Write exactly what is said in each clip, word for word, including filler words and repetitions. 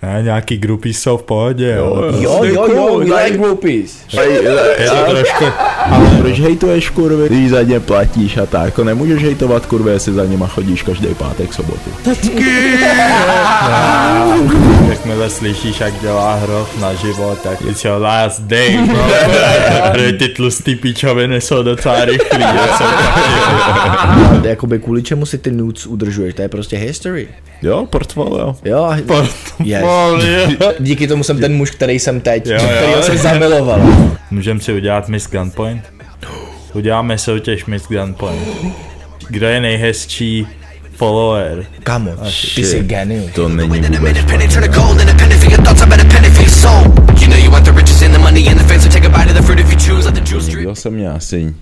Ne, nějaký groupies jsou v pohodě, jo. Jo, jo, jo, we like groupies. Je to trošku... Ale proč hejtuješ kurvy, když za ně platíš a tak, jako nemůžeš hejtovat kurvy, jestli za nima chodíš každý pátek, sobotu. Jakmile slyšíš, jak dělá hroch na život, tak it's your last day, bro. Ty tlustý píčoviny jsou docela rychlý. Jakoby kvůli čemu si ty nudes udržuješ, to je prostě history. Jo, portfolio. Jo, portfolio. Yes. Díky tomu jsem ten muž, který jsem teď, jo, kterýho jo. jsem zamiloval. Můžeme si udělat Miss Gunpoint? Uděláme soutěž Miss Gunpoint. Kdo je nejhezčí follower? Kamo, ty jsi genius. To není vůbec. Nikdo se mě asi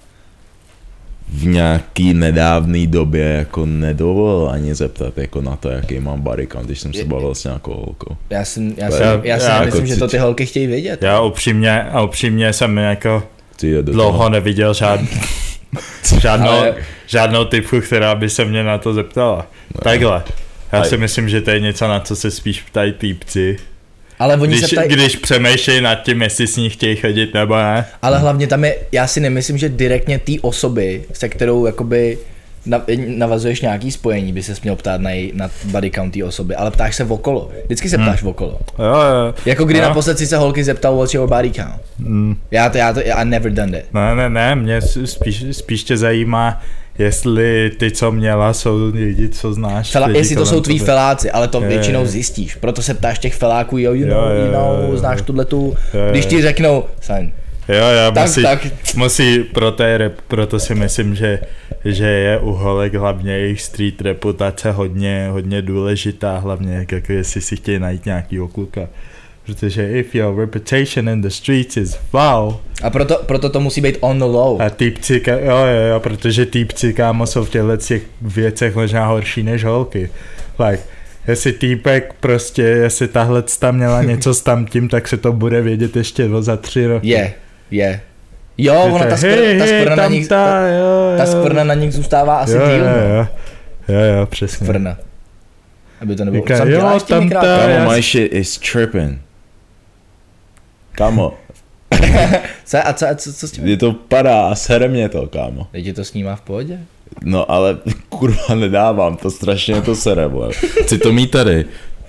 v nějaký nedávný době jako nedovolil ani zeptat jako na to, jaký mám body count, když jsem se bavil s nějakou holkou. Já si, já si, já, já si já myslím, jako že to ty holky chtějí vědět. Já upřímně, a upřímně jsem jako dlouho neviděl žád, žádnou, ale... žádnou typku, která by se mě na to zeptala. No. Takhle. Já si myslím, že to je něco, na co se spíš ptají týpci. Ale oni když, se ptají... když přemýšlejí nad tím, jestli s ní chtějí chodit nebo ne. Ale hlavně tam je, já si nemyslím, že direktně té osoby, se kterou jakoby navazuješ nějaký spojení, by ses měl ptát na, jej, na body count té osoby, ale ptáš se okolo. Vždycky se ptáš hmm. okolo. Jo, jo. Jako kdy no. naposled si se holky zeptal what's your body count. Hmm. Já to, já to, I never done that. Ne, ne, ne, mě spíš, spíš tě zajímá, jestli ty, co měla, jsou lidi, co znáš. Fela, jestli to jsou tví feláci, ale to je, většinou zjistíš. Proto se ptáš těch feláků, jo, you know, you know, znáš tuhletu, když ti řeknou, sign. Jo, jo, tak, musí, tak. musí pro té rep, proto si myslím, že, že je u holek hlavně jejich street reputace hodně, hodně důležitá, hlavně jako jestli si chtějí najít nějakýho kluka. Protože if your reputation in the streets is wow. A proto, proto to musí být on the low. A týpci, jo, jo, jo, protože týpci, kámo, jsou v těchto těch věcech možná horší než holky. Like, jestli týpek prostě, jestli tahle tam měla něco s tam tím, tak se to bude vědět ještě za tři roky. Je, yeah, je. Yeah. Jo, ona ta, spr, hey, ta skvrna na nich, ta, ta, jo, ta skvrna na nich zůstává asi jo, díl. Jo, jo, jo, jo, přesně. Skvrna. Aby to nebylo. Říká, jo, tam ta, kámo, my shit is tripping. Kámo. co, a co, co, co s tím? Je to padá a sere mě to, kámo. Teď ti to snímá v pohodě? No ale kurva nedávám, to strašně to sere, vole. Chci to mít tady.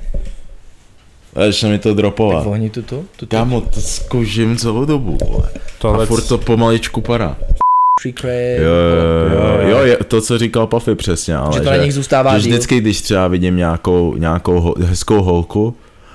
A ještě mi to dropovat. Tak vohni tu tu? tu, tu. Kámo, to zkouším celou dobu, vole. Tohle a furt to pomaličku padá. Jo, jo, jo, jo, to, co říkal Puffy přesně, ale že to na nich zůstává že vždycky, když třeba vidím nějakou, nějakou ho, hezkou holku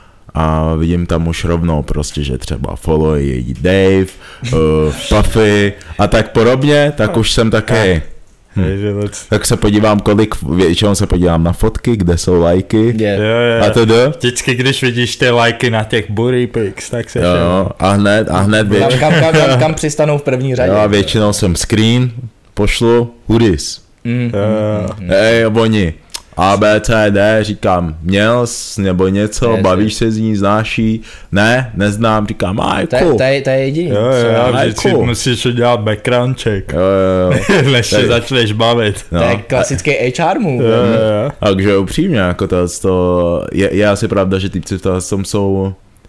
a vidím tam už rovnou prostě, že třeba follow její Dave, uh, Puffy a tak podobně, tak už jsem taky. Hmm. Tak se podívám, kolik, většinou se podívám na fotky, kde jsou lajky yeah. jo, jo. a to jde. Vždycky, když vidíš ty lajky na těch booty pics, tak se jo, a hned, a hned většinou. Kam, kam, kam, kam přistanou v první řadě. Jo, a většinou jsem screen, pošlu, hudis. Mm, uh, mm, Ej, oni, A, B, C, D, říkám, měl jsi nebo něco, yes, bavíš yes. se z ní, znáš jí, ne, neznám, říkám, aj, cool. To je, to je jediný. Jo, jo, jo, vždycky cool. Musíš udělat background check, jo, jo, jo. než se začneš bavit. No. To je klasický H R move. Jo, jo. Takže upřímně, jako to, to je, je asi pravda, že typci v tom jsou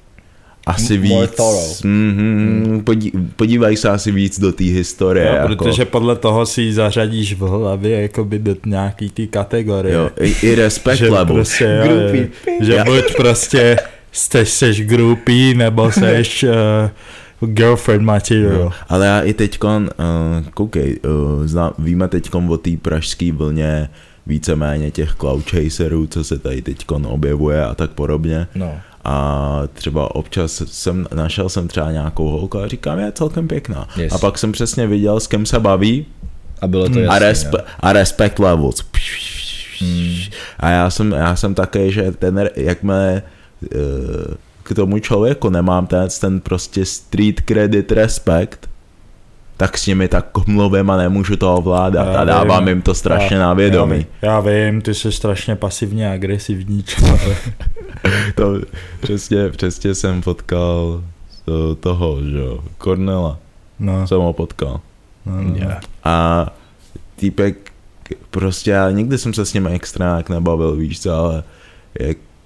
asi M- víc, mm-hmm, podí, podívají se asi víc do té historie. Jo, jako. Protože podle toho si ji zařadíš v hlavě jakoby do nějaký té kategorie. Jo, i, i respect že level. Prostě, jo, je, že buď prostě jsi, seš groupie, nebo seš uh, girlfriend material. Jo, ale já i teďkon, uh, koukej, uh, znám, víme teďkon o té pražské vlně víceméně těch cloud chaserů, co se tady teďkon objevuje a tak podobně. No. A třeba občas jsem našel jsem třeba nějakou holku a říkám, je celkem pěkná. Yes. A pak jsem přesně viděl, s kým se baví. A bylo to jasný, a, respe- a respect levels. Hmm. A já jsem, já jsem také, že ten, jakmile uh, k tomu člověku nemám ten, ten prostě street credit respect, tak s nimi tak mluvím a nemůžu to ovládat já a dávám vím, jim to strašně já, na vědomí. Já, já vím, ty jsi strašně pasivně agresivní člověk. To přesně, přesně jsem potkal toho, že jo, Kornela. No. Jsem ho potkal. No, no. Yeah. A týpek, prostě já nikdy jsem se s ním extra nějak nebavil, víš co, ale jak,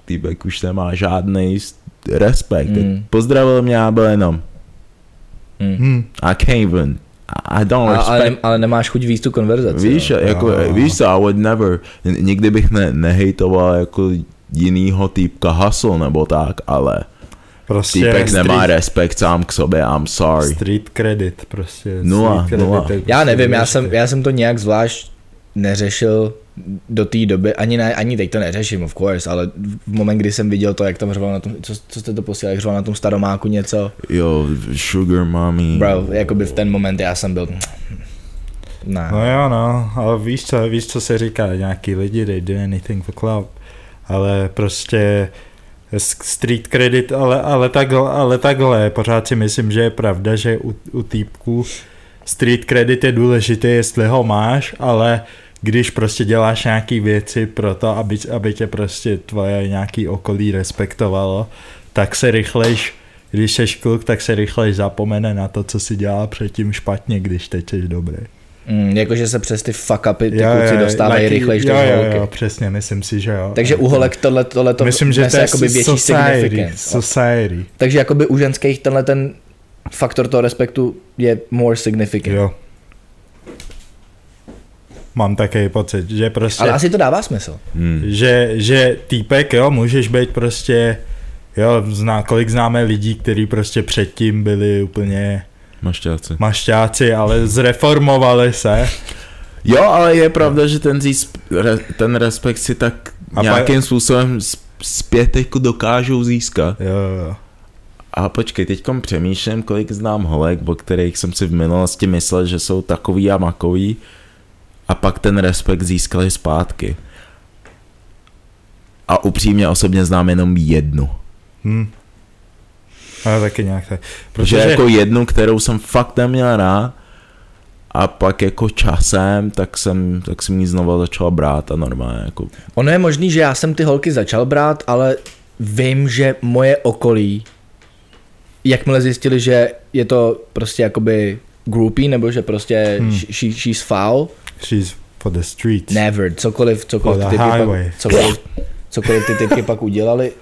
týpek už nemá žádný respekt. Mm. Pozdravil mě a byl jenom Mm. Hmm. I can't even, I don't Ale, respect. ale, ale nemáš chuť víc tu konverzaci. Víš, jo. jako, Jo. víš co, I would never, nikdy bych ne, nehejtoval jako jinýho týpka hustle nebo tak, ale Prostě týpek street, nemá respekt sám k sobě, I'm sorry. street credit, prostě. Nula, street nula. credit je Já prostě nevím, já důležitý. jsem, já jsem to nějak zvlášť neřešil do té doby, ani, ne, ani teď to neřeším, of course, ale v moment, kdy jsem viděl to, jak tam řval na tom, co, co jste to posílali, jak řval na tom Staromáku něco, Jo, sugar mommy. bro, jakoby v ten moment já jsem byl, ne. No jo, no, ale víš co, víš co se říká, nějaký lidi, they do anything for clout, ale prostě street credit, ale, ale, takhle, ale takhle, pořád si myslím, že je pravda, že u, u týpků street credit je důležitý, jestli ho máš, ale když prostě děláš nějaký věci pro to, aby, aby tě prostě tvoje nějaký okolí respektovalo, tak se rychlejš, když seš kluk, tak se rychlejš zapomene na to, co si dělal předtím špatně, když teď jsi dobrý. Mm, jakože se přes ty fuck upy ty Jo, kluci jo, dostávají like, rychlejš jo, než jo, holky. jo, přesně, myslím si, že jo. Takže u holek tohle, tohle to myslím, že to je jakoby větší society, significance. society. Takže jakoby u ženských tenhle ten faktor toho respektu je more significant. Jo. Mám takový pocit, že prostě, Ale asi to dává smysl. Hmm. že, že týpek, jo, můžeš být prostě, jo, zná, kolik známe lidí, kteří prostě předtím byli úplně Mašťáci. mašťáci, ale zreformovali se. Jo, ale je pravda, že ten, zís, re, ten respekt si tak A nějakým pa- způsobem z- zpět jako dokážou získat. Jo, jo. A počkej, teďkom přemýšlím, kolik znám holek, o kterých jsem si v minulosti myslel, že jsou takový a makový, a pak ten respekt získali zpátky. A upřímně osobně znám jenom jednu. Hm. Ale taky nějak tak. Protože jako jednu, kterou jsem fakt neměl rád, a pak jako časem, tak jsem, tak jsem jí znovu začal brát a normálně jako... Ono je možný, že já jsem ty holky začal brát, ale vím, že moje okolí, jakmile zjistili, že je to prostě jakoby groupie, nebo že prostě Hmm. she, she's foul, She's for the streets. never, cokoliv, cokoliv, For ty the typy pak, highway. cokoliv, cokoliv ty typky pak udělali,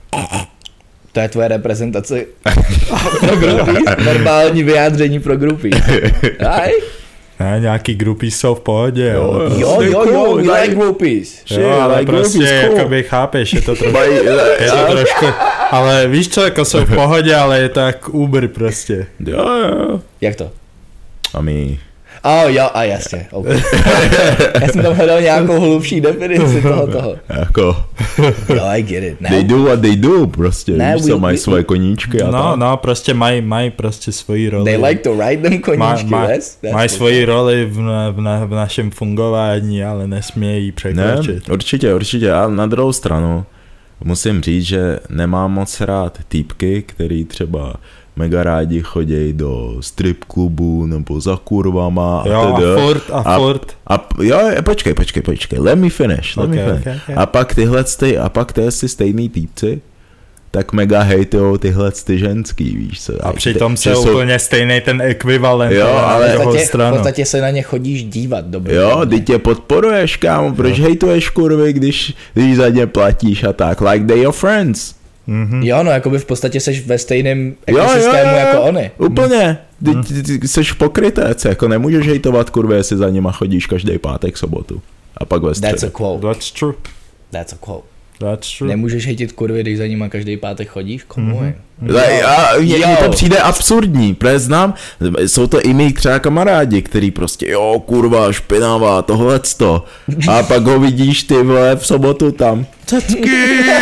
to je tvoje reprezentace pro groupies, verbální vyjádření pro groupies. Aj? Ne, nějaký grupy jsou v pohodě, jo. Jo, jo, jo, we like groupies. Jo, ale like prostě groupies, cool. jakoby chápeš, je to trošku, je to trošku, ale víš co, jako jsou v pohodě, ale je to jak Uber prostě. Jo, jo. Jak to? A my... Oh, jo, a jasně, okay. Já jsem tam hledal nějakou hlubší definici toho toho. Jako... Jo, I get it. They Ne, do what they do, prostě, Ne, víš we- co, mají we- svoje koníčky a No, tak. no, prostě mají maj prostě svoji roli. they like to ride them koníčky, Má- má- yes? That's Mají what- svoji roli v, na, v, na, v našem fungování, ale nesmějí ji Ne, překročit. určitě, určitě. A na druhou stranu musím říct, že nemám moc rád týpky, který třeba mega rádi chodějí do strip klubu nebo za kurvama a Jo, tedy. a furt, a, A- furt. A jo, počkej, počkej, počkej, let me finish, let Okay, me finish. okay, okay. A pak tyhle, ty, a pak tyhle ty stejný týpci, tak mega hejtujou tyhle ty ženský, víš co. A přitom Že se jsou- úplně stejný ten ekvivalent, Jo, ale ale- na v druhou podstatě, v stranu. podstatě se na ně chodíš dívat, dobře. Jo, ty tě podporuješ, kámo, proč hejtuješ kurvy, když, když za ně platíš a tak, like they your friends. Mhm. Jo, no, jakoby v podstatě seš ve stejném Jo, jo, ekosystému jo, jako oni. Úplně, ty, Mhm. ty, ty, ty jsi pokrytec, jako nemůžeš hejtovat kurvy, jestli za nima chodíš každý pátek, sobotu. A pak ve That's a středu. quote. That's true. That's a quote. That's true. Nemůžeš hejtit kurvy, když za nima každý pátek chodíš? Come on. Like, a mně Jo. mně to přijde absurdní, protože znám, jsou to i mý třeba kamarádi, který prostě, jo, kurva, špinavá, tohleto. A pak ho vidíš ty vole v sobotu tam. Cecky!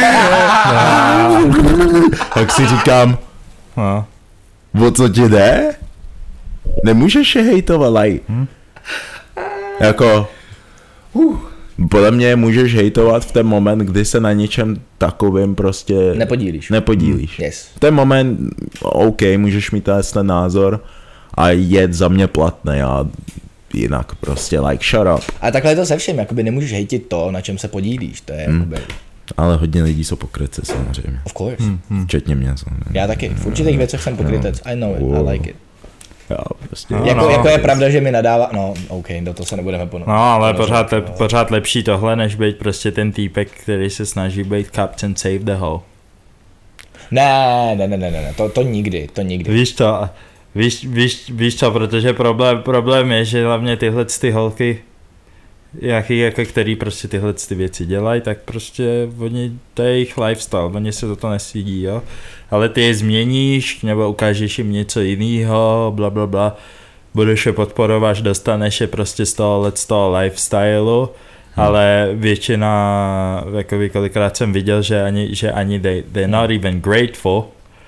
Tak si říkám, No. o co ti jde? Nemůžeš je hejtovat, like. Jako, podle mě můžeš hejtovat v ten moment, kdy se na něčem takovým prostě Nepodílíš. nepodílíš. Yes. V ten moment, OK, můžeš mít ten názor a jet za mě platný a jinak prostě like shut up. A takhle je to se všem, jakoby nemůžeš hejtit to, na čem se podílíš, to je Hmm. jakoby, Ale hodně lidí jsou pokrytci samozřejmě. of course. Včetně mě samozřejmě. Já taky, v určitých věcech jsem pokrytec, I know it, I like it. Jo, prostě. No, jako, no, jako je pravda, že mi nadává, no ok, do toho se nebudeme ponout. No, ale pořád, le, pořád lepší tohle, než být prostě ten týpek, který se snaží být Captain Save the Ho. Ne, ne, ne, ne, ne, to, to nikdy, to nikdy. Víš to, víš, víš, víš co, protože problém, problém je, že hlavně tyhle ty holky, jaký, jako který prostě tyhle ty věci dělají, tak prostě oni, to je jejich lifestyle, oni se za to nesídí, jo. Ale ty je změníš, nebo ukážeš jim něco jiného, bla, bla, bla, budeš je podporovat, dostaneš je prostě z toho, z toho lifestylu, hmm. ale většina, jako kolikrát jsem viděl, že ani, že ani they, they're not even grateful,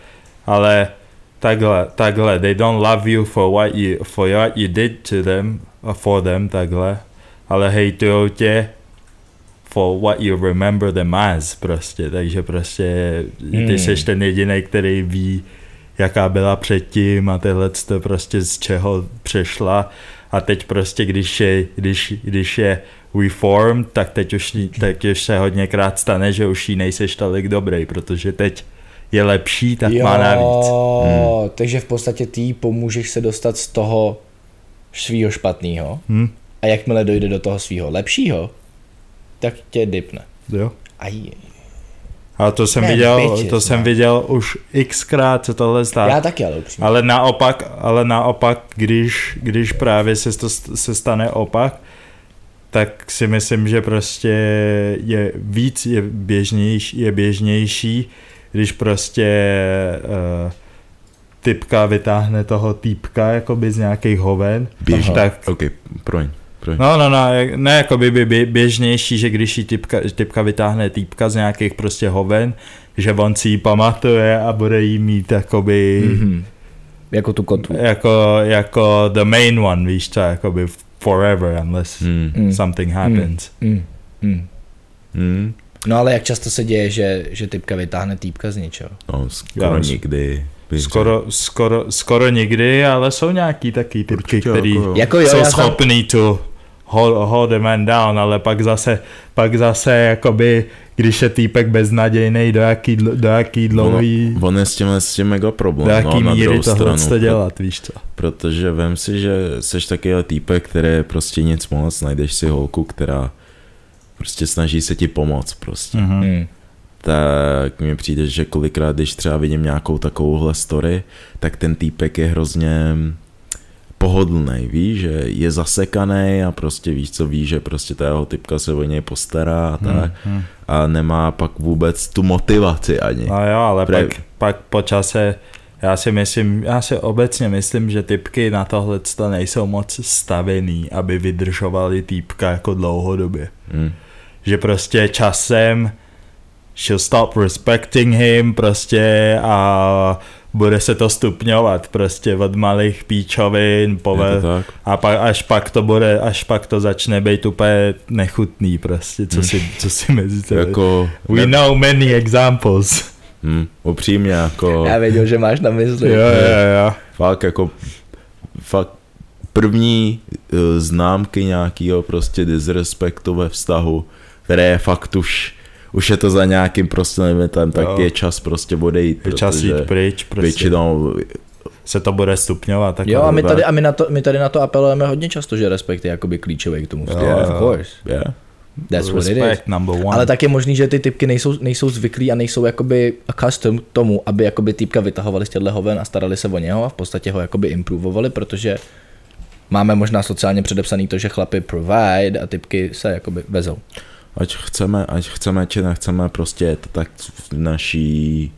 ale takhle, takhle, they don't love you for what you, for what you did to them, for them, takhle, ale hejtujou tě for what you remember them as, prostě, takže prostě ty hmm. seš ten jediný, který ví, jaká byla předtím a tyhle to prostě z čeho přešla a teď prostě, když je, když, když je reformed, tak teď už, teď už se hodněkrát stane, že už jí nejseš tolik dobrý, protože teď je lepší, tak jo, má navíc. Hmm. Takže v podstatě ty pomůžeš se dostat z toho svýho špatného hmm. a jakmile dojde do toho svýho lepšího, tak tě dipne. Jo. Aj. Ale to jsem Ne, viděl, bitches, to jsem ne. viděl už xkrát, co tohle stát. Já taky, ale upřímně. Ale naopak, ale naopak, když, když právě se to se stane opak, tak si myslím, že prostě je víc je běžnější, je běžnější, když prostě uh, typka vytáhne toho týpka jakoby z nějakých hoven. Běžný. Tak, ok, proň. No, no, no, ne jako by, by běžnější, že když jí typka, typka vytáhne týpka z nějakých prostě hoven, že on si ji pamatuje a bude jí mít jakoby... Mm-hmm. Jako tu kotvu. Jako, jako the main one, víš co, jakoby forever unless mm. something happens. Mm. Mm. Mm. No ale jak často se děje, že, že typka vytáhne týpka z něčeho? No, skoro Já, nikdy. Skoro, skoro, skoro nikdy, ale jsou nějaký taky typky, který jako jo, jsou já schopný tu hold, hold the man down, ale pak zase, pak zase jakoby, když je týpek beznadějnej, do jaký, do jaký dlouhý... On, on je s tím, s tím mega problém. Do jaký no, míry tohle to dělat, víš co? Protože vem si, že seš takový týpek, který je prostě nic moc, najdeš si holku, která prostě snaží se ti pomoct prostě. Mm-hmm. Tak mi přijde, že kolikrát, když třeba vidím nějakou takovouhle story, tak ten týpek je hrozně pohodlnej, víš, že je zasekaný a prostě víš co, ví, že prostě ta jeho typka se o něj postará a tak hmm, hmm. a nemá pak vůbec tu motivaci ani. No jo, ale Pre... pak, pak po čase, já si myslím, já si obecně myslím, že typky na tohle nejsou moc stavený, aby vydržovali týpka jako dlouhodobě. Hmm. Že prostě časem she'll stop respecting him prostě a bude se to stupňovat prostě od malých píčovin povel, a pak, až pak to bude, až pak to začne být úplně nechutný prostě, co si, co si mezi tebe. Jako, We ne... know many examples. Hmm, upřímně jako... Já věděl, že máš na mysli. Jo, jo, jo. Fakt jako, fakt první uh, známky nějakého prostě disrespektu ve vztahu, které je fakt už už je to za nějakým prostě limitem, tak jo. je čas prostě odejít. Je čas jít pryč, prostě. Většinou se to bude stupňovat. Tak jo, a my tady, a my, na to, my tady na to apelujeme hodně často, že respekt je jakoby klíčový k tomu vztahu. Yeah, of course. Yeah. That's respect, what it is. Number one. Ale tak je možný, že ty typky nejsou, nejsou zvyklí a nejsou jakoby accustomed tomu, aby jakoby týpka vytahovali z těchto hoven a starali se o něho a v podstatě ho jakoby improvovali, protože máme možná sociálně předepsaný to, že chlapy provide a typky se jakoby vezou. Ať chceme, ať chceme, či nechceme, prostě je to tak v naší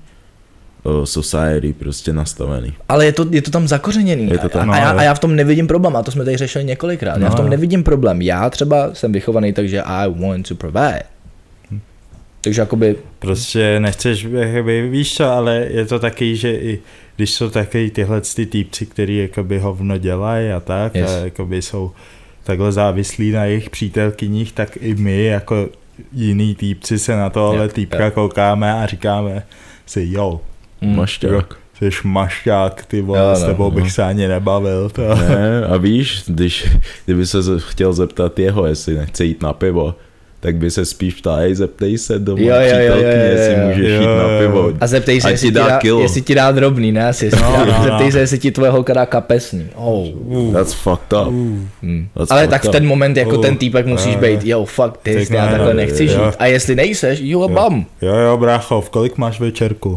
uh, society prostě nastavený. Ale je to, je to tam zakořeněný je to tam, a, a, já, a já v tom nevidím problém, a to jsme tady řešili několikrát, no, já v tom nevidím problém, já třeba jsem vychovaný tak, že I want to provide. Hm. Takže jakoby... Prostě nechceš, jakoby, víš co, ale je to taky, že i když jsou taky tyhle ty týpci, který jakoby hovno dělají a tak, yes. a jakoby jsou takhle závislí na jejich přítelkyních, tak i my jako jiný týpci se na tohle yep, týpka yep. koukáme a říkáme si jo, mm. mašťák. Jsi mašťák, ty vole, jo, s tebou no, bych no. se ani nebavil. To. Ne, a víš, když, kdyby se chtěl zeptat jeho, jestli nechce jít na pivo, tak by se spíš ptali, zeptej se doma Jo, jo, jo, jo, přítelkyně, jo, jestli jo. můžeš Jo, jít na jo. pivo. A zeptej se, Ať jestli ti ti, dá dá, kilo. jestli ti dá drobný, ne? Jestli ti No, dá, no, no. zeptej se, jestli ti tvoje holka dá kapesný. Oh. That's fucked up. Hmm. That's Ale fucked tak v up. ten moment jako Uh, ten týpek musíš jo, být, yo, fuck this, Tak já ne, takhle no, nechci jo. žít. A jestli nejseš, you a bum. Jo, jo, brácho, v kolik máš večerku?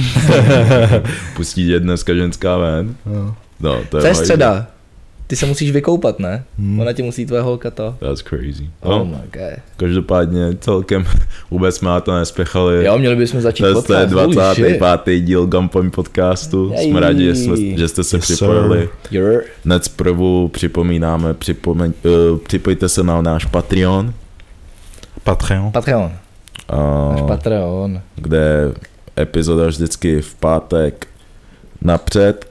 Pustí tě dneska ženská ven. Jo. No, to je To je važný. středa. Ty se musíš vykoupat, ne? Hmm. Ona ti musí tvoje holka to. That's crazy. Oh No, my god. každopádně celkem vůbec jsme na to nespěchali. Jo, měli bychom začít To je podcast. Holy dvacátý shit. pátý díl Gunpoint podcastu. Jej. Jsme rádi, že, jsme, že jste se Yes, připojili. You're... Hned zprvu připomínáme, připomeň, uh, připojte se na náš Patreon, Patreon. Patreon. Náš uh, Patreon. kde epizoda vždycky v pátek napřed.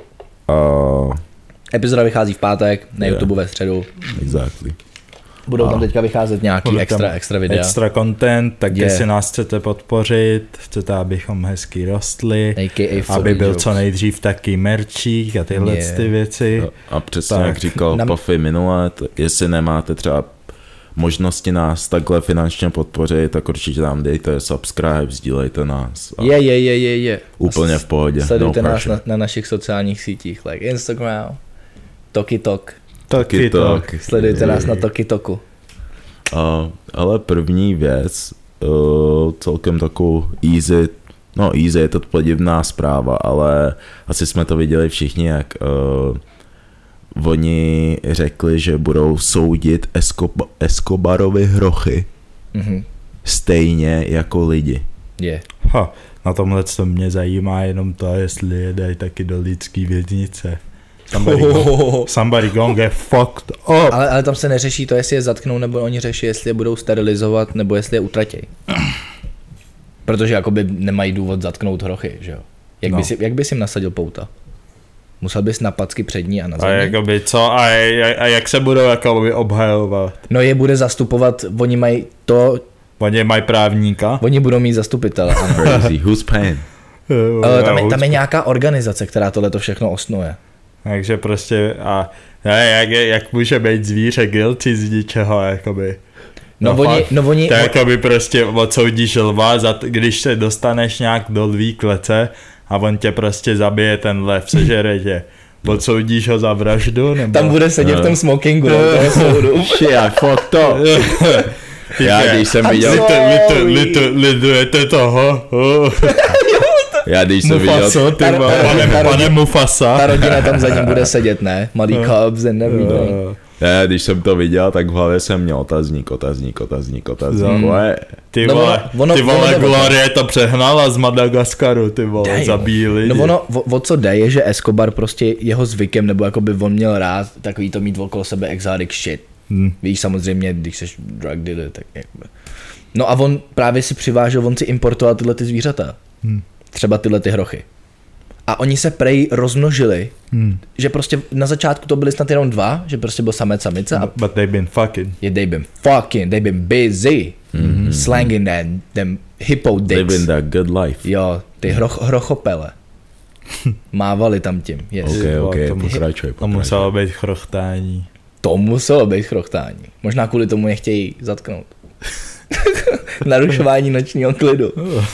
Uh, Epizoda vychází v pátek, na Yeah. YouTube ve středu. exactly. Budou tam A. teďka vycházet nějaký Budou extra, tam extra videa. Extra content, tak Yeah. jestli nás chcete podpořit, chcete, abychom hezky rostli, A K A aby byl jokes. co nejdřív taky merčík a tyhle Yeah. ty věci. A přesně Tak, jak říkal na- Puffy minule, t- jestli nemáte třeba možnosti nás takhle finančně podpořit, tak určitě nám dejte subscribe, sdílejte nás. A Je, je, je, je, je. Úplně v pohodě. Sledujte no nás pressure. na, na našich sociálních sítích, like Instagram, TokiTok. Taky to. Tak. Sledujte Je, nás na je. TokiToku. A, ale první věc, uh, celkem takovou easy, no easy, je to podivná zpráva, ale asi jsme to viděli všichni, jak uh, oni řekli, že budou soudit Escob- Escobarovi hrochy Mhm. stejně jako lidi. Je. Ha, na tomhle to mě zajímá jenom to, jestli je dají taky do lidský věznice. Somebody, go, somebody gonna get fucked up. Ale, ale tam se neřeší to, jestli je zatknou, nebo oni řeší, jestli je budou sterilizovat, nebo jestli je utratěj. Protože jakoby nemají důvod zatknout hrochy, že jo? Jak, No. bys, jak bys jim nasadil pouta? Musel bys na packy přední a na A zadní? jakoby co? A, a, a jak se budou jakoby obhajovat? No je bude zastupovat, oni mají to, Oni mají právníka? oni budou mít zastupitele, ano. Crazy, who's paying? Ale tam, je, tam je nějaká organizace, která tohle to všechno osnuje. Takže prostě a ne, jak, jak může být zvíře guilty z ničeho, jakoby. No, no oni, fakt. no oni, To je jakoby prostě odsoudíš lva, za t- když se dostaneš nějak do lví klece a on tě prostě zabije ten lev, sežere tě. Odsoudíš ho za vraždu, nebo? tam bude sedět v tom smokingu, no, toho soudu. Shit, I fucked up. Já když jsem viděl, Litu, litu, litu, litujete toho? Oh. já když jsem viděl, Mufaso, ty Ta- vole, ta- pane, ta- pane Mufasa. Ta rodina tam za ním bude sedět, ne? Malý Cubs and everything. Jo. já, když jsem to viděl, tak v hlavě jsem měl otazník, otazník, otazník, otazník. Hmm. Vole, Ty No vole, ono- ono- ty ono vole, jde o to. Glorie to přehnala z Madagaskaru, ty vole, Damn. zabíjí lidi. No ono, o, o co jde, je, že Escobar prostě jeho zvykem, nebo jakoby on měl rád takový to mít okolo sebe exotic shit. Hm. Víš, samozřejmě, když jsi drug dealer, tak jakoby. No a on právě si přivážel, on si importoval tyhle ty zvířata. Hm. Třeba tyhle ty hrochy. A oni se prej rozmnožili, Hm. že prostě na začátku to byly snad jenom dva, že prostě byl samec samice a But they've been fucking. yeah, they've been fucking, they've been busy mm-hmm. slanging that, them hippo dicks. living that good life. Jo, ty hroch, hrochopele. Mávali tam tím. Yes. Ok, Ty ok, vole, to pokračuj, To pokračuj. muselo být chrochtání. To muselo být chrochtání. Možná kvůli tomu je chtějí zatknout. Narušování nočního klidu.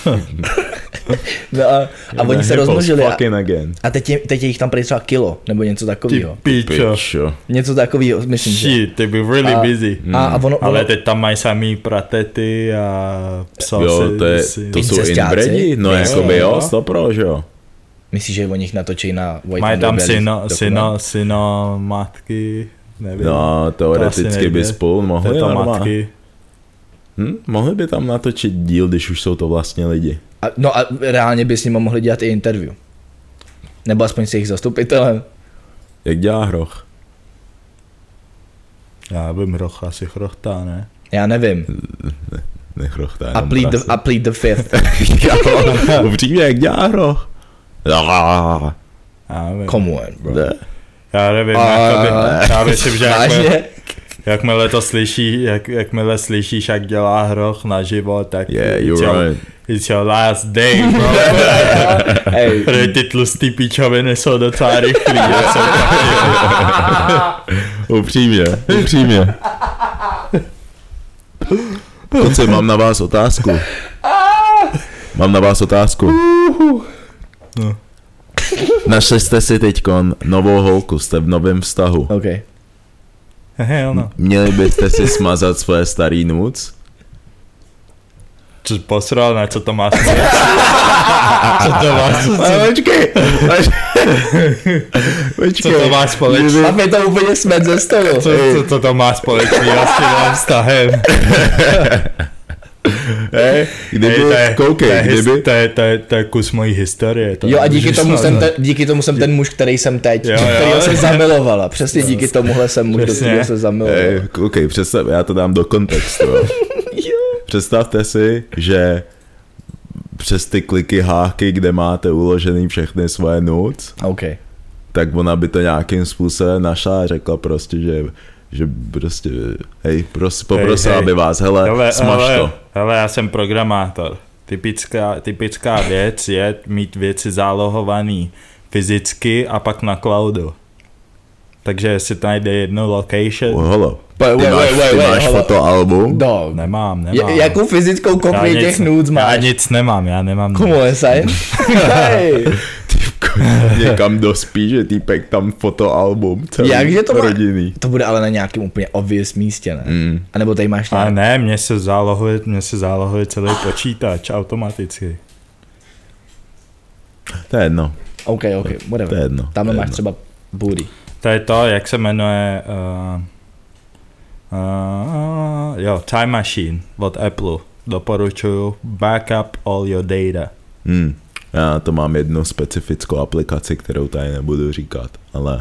No a, a oni se rozmnožili a, Fucking again. a teď, je, teď je jich tam prý třeba kilo, nebo něco Ty takového. pičo. Pičo. Něco takového, myslím, že. Shit, ty by really A- busy. A, a ono, ono, Ale teď tam mají samý pratety a psal Jo, si, to, je, si, to jsou Incestáci? inbredi? No Jo, jakoby jo. jo, stopro, že jo. myslíš, že o nich natočí na White mají tam Underbelly syno, dokument? syno, syno, matky, nevím. No, teoreticky nejde. by spolu mohli Této normálně. matky. Hm? Mohli by tam natočit díl, když už jsou to vlastně lidi. A, no a reálně by s nimi mohli dělat i interview. Nebo aspoň s jejich zastupitelem. Jak dělá hroch? Já vím, roch asi chrochtá, ne? Já nevím. Nechrochtá A jenom plead, the, prase. a plead the fifth. Jo, upřímně, jak dělá hroch? Ah, Já nevím. Come on, bro. ne. Já nevím, A- jakoby, já myslím, že jakmile, Vážně? jakmile to slyší, jak, jakmile slyšíš, jak dělá hroch naživo, tak Yeah, it's, you're your, right. it's your last day, bro. Hej, Protože ty tlustý píčoviny jsou docela rychlý, že jsou Upřímně, upřímně. Kluci, mám na vás otázku. Mám na vás otázku. No. Našli jste si teďkon novou holku, jste v novém vztahu. OK. Hej, no. Měli byste si smazat svoje starý nuc? Co posral, ne, co to má společný? Co to má, Ale počkej, počkej. co to má společný? A mě to úplně smet ze stolu. Co, co, co to má společný s tím vztahem? Hej, kdyby, Hej, to je, koukej, to je, his- kdyby, to je, to je, to je kus mojí historie. To Jo a díky nemůžeš tomu, jsem smazat. te, díky tomu jsem ten muž, který jsem teď, Jo, jo. kterýho se zamilovala. Přesně díky tomuhle jsem muž, do Přesně. kterého se zamilovala. hej, koukej, představ, já to dám do kontextu. Jo. Představte si, že přes ty kliky háky, kde máte uložený všechny svoje nuc, OK. tak ona by to nějakým způsobem našla a řekla prostě, že že prostě, hej, pros, poprosila Hej, hej. by vás, hele, Hele, smaž hele, to. hele, já jsem programátor. Typická, typická věc je mít věci zálohovaný fyzicky a pak na cloudu. Takže jestli to najde jednu location, Oh, holo, Wait, ty wait, máš, wait, wait, ty wait, máš hold on. fotoalbum? Dog. nemám, J- nemám. jakou fyzickou Já kopii nic- těch nudes Já máš? nic nemám, já nemám. Come on, Sai. Hej. Někam dospí, že týpek tam fotoalbum celý Jakže to má? rodinný. To bude ale na nějakém úplně obvious místě, ne? Mm. A nebo tady máš A nějak... ne, mně se zálohuje, mně se zálohuje celý počítač automaticky. To je jedno, OK, OK, to je whatever. jedno. Tam to je máš jedno. třeba booty. To je to, jak se jmenuje, uh, uh, jo, Time Machine od Apple. Doporučuju, backup all your data. Hmm. Já to mám jednu specifickou aplikaci, kterou tady nebudu říkat, ale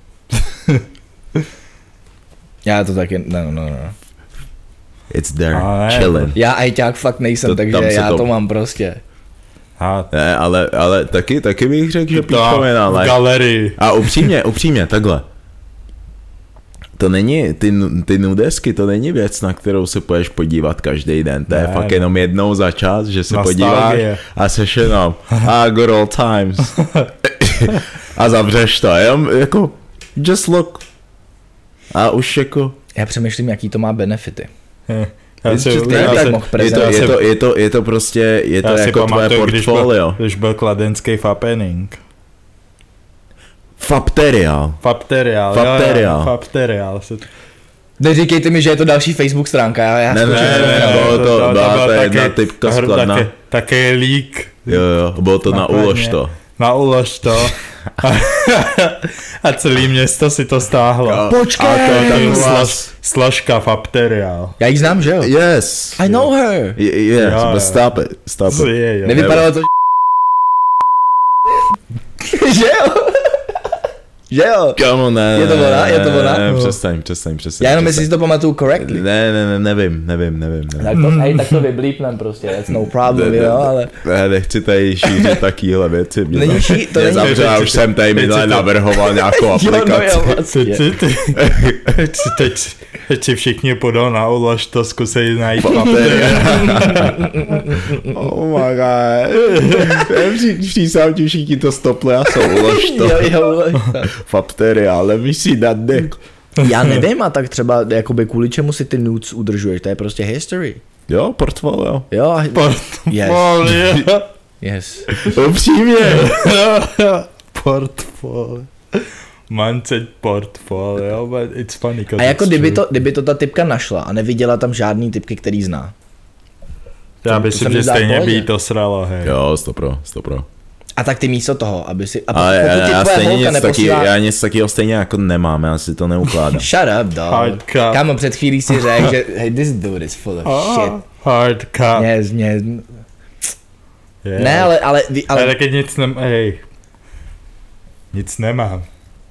Já to taky, no, no, no. it's there, Ale- chillin'. Já ajťák fakt nejsem, To- takže tam se já to... to- mám prostě. A Ne, ale, ale taky, taky bych řekl, že to píčovina, v ale... galerii. A upřímně, upřímně, takhle. To není, ty, nu- ty nudesky, to není věc, na kterou se půjdeš podívat každý den. To je Ne, fakt ne. jenom jednou za čas, že se Nostalgie. podíváš a seš jenom, ah, good old times. A zavřeš to, jenom jako, just look. A už jako, Já přemýšlím, jaký to má benefity. Já It's si, just ne, já tak si, mohl je to, já je, si- to, je, to, je to prostě, je to já si jako tvoje pamatuju, když byl, portfolio. když byl kladenský fapening. Fapterial. Fapterial. Fapterial. Jo, jo, Fapterial. Se- Neříkejte mi, že je to další Facebook stránka, já, já Ne, ne, skočím ne, do ne, toho. bylo to- byla byl to jedna typka hr- skladna. taky- Taky lík. Jo, jo, bylo to na Nakladně. ulož to. Na ulož to. A celé město si to stáhlo. Počkej! A to je taková... Slož, složka Fapterial. Já ji znám, že jo? Yes. I know her. Y- Yes, Jo, jo. but stop it, stop it. Je, jo. Nevypadalo to že jo? Že jo? Kamo, ne. Je to ona? Je to ona? Ne, přestaň, přestaň, přestaň. Já jenom jestli přestaň. si to pamatuju correctly. Ne, ne, ne, nevím, nevím, nevím. nevím. Tak to, hej, tak to vyblípnem prostě, that's no problem, jo, ale... Ne, nechci tady šířit takýhle věci. Mě Není to- ší, to mě není... zavře, já už jsem tady minule Teď si to- navrhoval nějakou Jo, no aplikaci. jo, Teď, vlastně. si- teď, teď, si- teď, teď si všichni půjdou na ulož to, zkusej najít Fapterial. Oh my god. Přísám ti všichni to stopli a jsou ulož to. Jo, jo, ulož to. Fapterial, let me see that dick. Já nevím, a tak třeba jakoby kvůli čemu si ty nudes udržuješ, to je prostě history. Jo, portfolio. Jo, a... Yes, Portfolio. yes. Upřímně. Portfolio. Man said portfolio, but it's funny. A jako kdyby to, kdyby to ta typka našla a neviděla tam žádný typky, který zná. Já to bych se si, mi že zdá stejně pohodě. by jí to sralo, hej. Jo, stopro, stopro. A tak ty místo toho, aby si... A Ale pokud já, ti já tvoje stejně holka nic taky, neposílá... já nic takového stejně jako nemám, já si to neukládám. Shut up, dog. Hard cup. Kámo, před chvílí si řekl, že hey, this dude is full of shit. Hard cup. Mě, mě, Yeah. ne, ale, ale, vy- Ale ale taky nic nem... Hej. Nic nemám.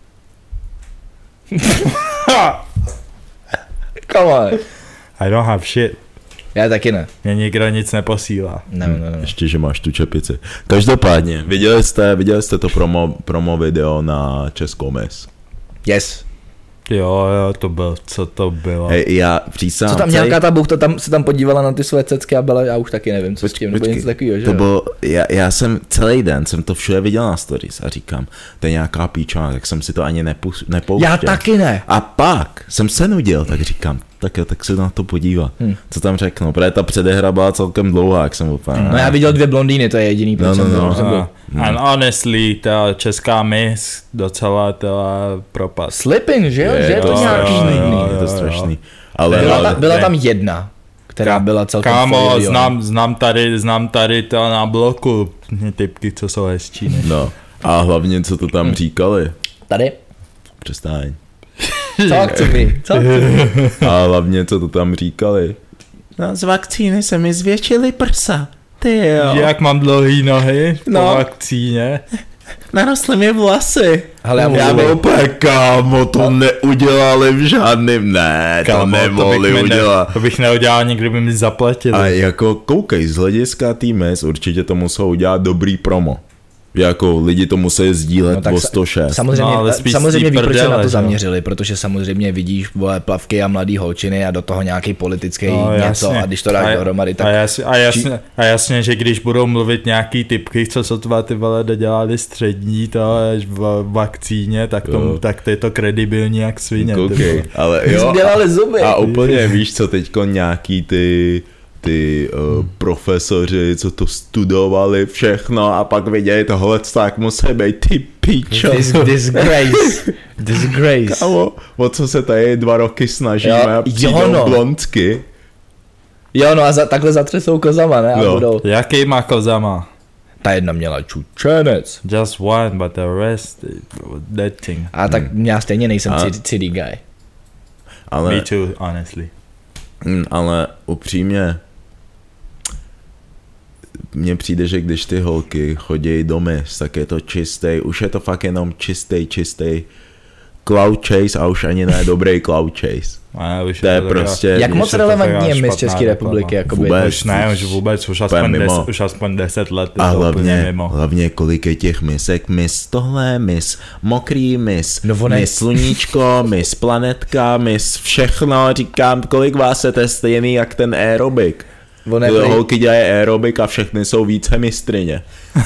come on. I don't have shit. Já taky ne. Mě nikdo nic neposílá. Ne, ne, ne. Ještě, že máš tu čepici. Každopádně, viděli jste, viděli jste to promo, promo video na Českou mis? Yes. Jo, jo, to byl, co to bylo. Hej, já přísám. Co tam celý... nějaká ta buchta tam se tam podívala na ty své cecky a byla, já už taky nevím, co s tím, nebo něco takového, že To jo? bylo, já, já jsem celý den, jsem to všude viděl na stories a říkám, to je nějaká píčovina, tak jsem si to ani nepus, nepouštěl. Já taky ne. A pak jsem se nudil, tak říkám, tak jo, tak se na to podívá. Hmm. Co tam řeknu, protože ta předehra byla celkem dlouhá, jak jsem úplně. No já viděl dvě blondýny, to je jediný, proč No, no, jsem no. jsem byl. A, and honestly, ta česká miss docela teda propad. Slipping, že jo? Je, Že je to jo, nějaký strašný, nudný. je to jo, strašný. Ale, Byla, ale ta, byla ne. tam jedna, která byla celkem Kámo, fajn, jo. znám, znám tady, znám tady to na bloku, typky, co jsou hezčí. Ne? no. A hlavně, co to tam říkali, Tady? přestaň. Talk to me, talk to me. A hlavně, co to tam říkali. No, z vakcíny se mi zvětšily prsa. Ty jo. Jak mám dlouhý nohy po No. vakcíně. Narostly mi vlasy. Hele, já můžu já být- byl úplně, kámo, to neudělali v žádným, ne, to Kámo, nemohli bych mi ne, udělat. to bych neudělal, nikdy by mi zaplatili. A jako koukej, z hlediska týmes určitě to muselo udělat dobrý promo. Jako lidi to museli sdílet No tak o sa- sto šest. Samozřejmě, No, ale spíš samozřejmě z ví, té proč se na prdele, to že jo? zaměřili, protože samozřejmě vidíš vole, plavky a mladý holčiny a do toho nějaký politický No, něco jasně. a když to dáš A- dohromady, tak A, jasně, a, jasně, a jasně, že když budou mluvit nějaký typky, co sotva ty vole dodělali střední, to až v vakcíně, tak, Jo. tom, tak to je to kredibilní jak svině. ty Koukej, vole. ale jo, jo. dělali zuby. A úplně víš co, teďko nějaký ty ty uh, profesoři, co to studovali všechno a pak viděli tohle, tak musí být ty píčo. Dis, disgrace. Disgrace. Kámo, o co se tady dva roky snažíme Jo, a přijdou jo, no. blondsky. Jo, no a za, takhle zatřesou kozama, ne? A No. budou. Jakýma kozama? Ta jedna měla čučenec. Just one, but the rest, that thing. A tak já stejně nejsem A- C- CD guy. Ale, Me too, honestly. mm, ale upřímně mně přijde, že když ty holky chodí do mis, tak je to čistý, už je to fakt jenom čistý, čistý cloud chase a už ani ne dobrý cloud chase. A už To je to prostě- taková- Jak už moc je to relevantní taková je mis špatná České reklama. republiky? Jakoby. Vůbec. Už ne, už vůbec, už aspoň, mimo. des, už aspoň deset let. je A to úplně hlavně, mimo. hlavně kolik je těch misek, mis tohle, mis mokrý, mis, No ono je- mis sluníčko, mis planetka, mis všechno, říkám, kolik vás je to stejný jak ten aerobik. On je Ty prej- holky dělají aerobik a všechny jsou více mistrině.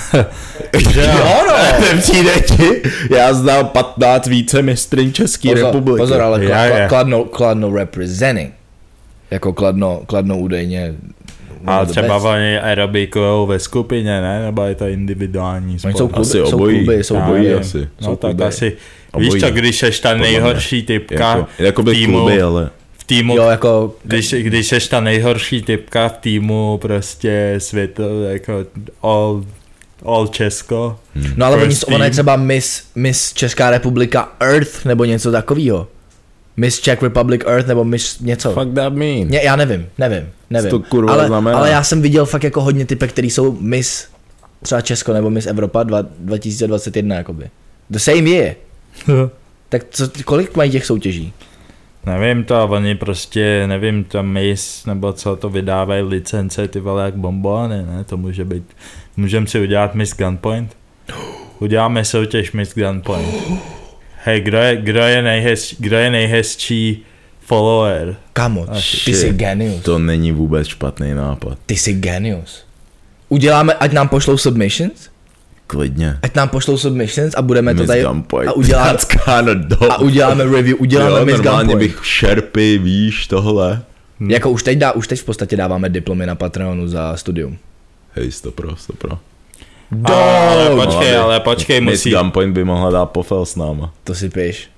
Jo, no. Nepřijde ti? Já znám patnáct více mistryň České Pozor, republiky. pozor, ale Já, kla, já. kla, kladno, kladno representing. Jako kladno, kladno údajně. A one of the třeba best. oni aerobikujou ve skupině, ne? Nebo je to individuální Oni sport? jsou kluby, Asi jsou obojí. kluby, jsou Já obojí nevím. asi. No Jsou tak kluby. asi, Obojí. víš to, když ješ ta Podle nejhorší typka Jako, jako by v týmu, kluby, ale... v týmu, Jo, jako, když, když ješ ta nejhorší typka v týmu prostě svět, jako all, all Česko. no ale oni, First ona je team. třeba Miss, Miss Česká republika Earth, nebo něco takového. Miss Czech Republic Earth, nebo Miss něco. Fuck that mean. Ně, já nevím, nevím, nevím. Co to kurva ale, znamená? ale já jsem viděl fakt jako hodně typek, který jsou Miss třeba Česko nebo Miss Evropa dva, dva tisíce dvacet jedna jakoby. The same year. Tak co, kolik mají těch soutěží? Nevím to, oni prostě, nevím, to Miss, nebo co to vydávají licence, ty vole jak bombony, ne, to může být, můžeme si udělat Miss Gunpoint? Uděláme soutěž Miss Gunpoint. Hej, kdo je, kdo je, nejhezčí, kdo je nejhezčí follower? Kamo, Ah, ty jsi shit. genius. To není vůbec špatný nápad. Ty jsi genius. Uděláme, ať nám pošlou submissions, Klidně. ať nám pošlou submissions a budeme to Miss tady Gunpoint. a uděláme, That's kinda dope. a uděláme review, uděláme jo, Miss normálně Gunpoint. bych šerpy, víš, tohle. Hm. Jako už teď, dá, už teď v podstatě dáváme diplomy na Patreonu za studium. Hej, stopro, stopro. Ale Dog! počkej, No, ale počkej, Miss musí... Gunpoint by mohla dát pofel s náma. To si píš.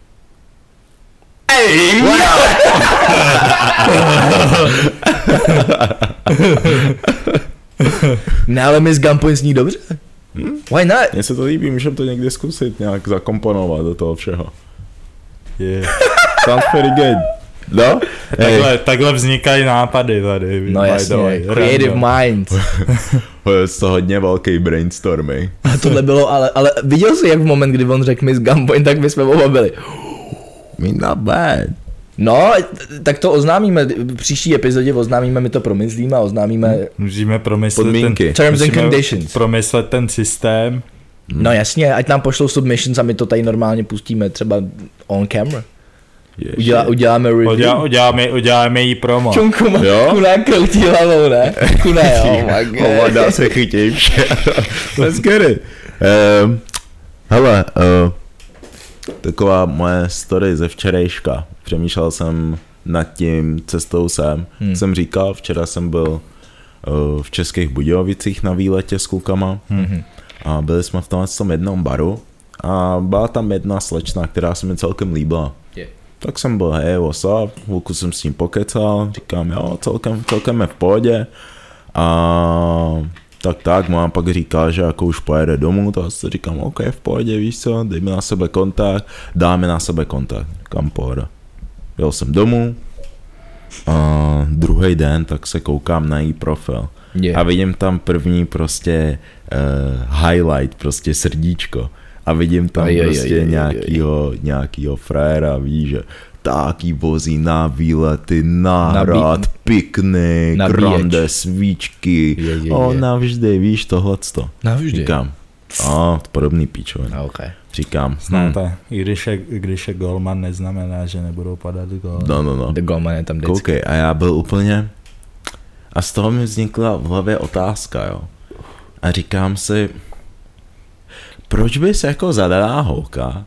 Ne, ale Miss Gunpoint zní dobře. Why not? Mně se to líbí, můžeme to někdy zkusit nějak zakomponovat do toho všeho. Yeah. Sounds very good. No? Takhle, takhle vznikají nápady tady. No by the jasně, way, creative random. minds. Je to hodně velký brainstorming. A tohle bylo, ale, ale viděl jsi, jak v moment, kdy on řekl Miss Gunpoint, tak my jsme oba byli. Me not bad. No, tak to oznámíme, v příští epizodě oznámíme, my to promyslíme a oznámíme. Musíme promyslet Podmínky. ten, Terms and musíme conditions. promyslet ten systém. No jasně, ať nám pošlou submissions a my to tady normálně pustíme třeba on camera. Udělá, uděláme review. Udělá, uděláme, uděláme jí promo. Čunku má, Kuna kroutí hlavou, ne? Kuna, oh my god. Hovada se chytí. Let's get it. Um, hele, uh, taková moje story ze včerejška. Přemýšlel jsem nad tím cestou sem. Hmm. Jsem říkal, včera jsem byl uh, v Českých Budějovicích na výletě s klukama hmm. a byli jsme v tomhle tom jednom baru a byla tam jedna slečna, která se mi celkem líbila. Yeah. Tak jsem byl, hej, what's up, chvilku jsem s ním pokecal, říkám, jo, celkem, celkem je v pohodě a tak tak, mám pak říká, že jako už pojede domů, to si říkám, ok, v pohodě, víš co, dejme na sebe kontakt, dáme na sebe kontakt, kam pohoda. Jel jsem domů a druhý den tak se koukám na její profil yeah. a vidím tam první prostě uh, highlight, prostě srdíčko a vidím tam aj, prostě aj, aj, nějakýho, aj. nějakýho frajera, víš, že taky vozí na výlety, na hrad, Nabí... piknik, rande, svíčky, je, je, je. O, navždy, víš, tohleto. Navždy. Říkám, a podobný píčovin. Okay. Říkám. Znáte, hm. i když je, když je golman, neznamená, že nebudou padat góly. No, no, no. The golman je tam vždycky. Koukej, a já byl úplně, a z toho mi vznikla v hlavě otázka, jo. A říkám si, proč by se jako zadaná holka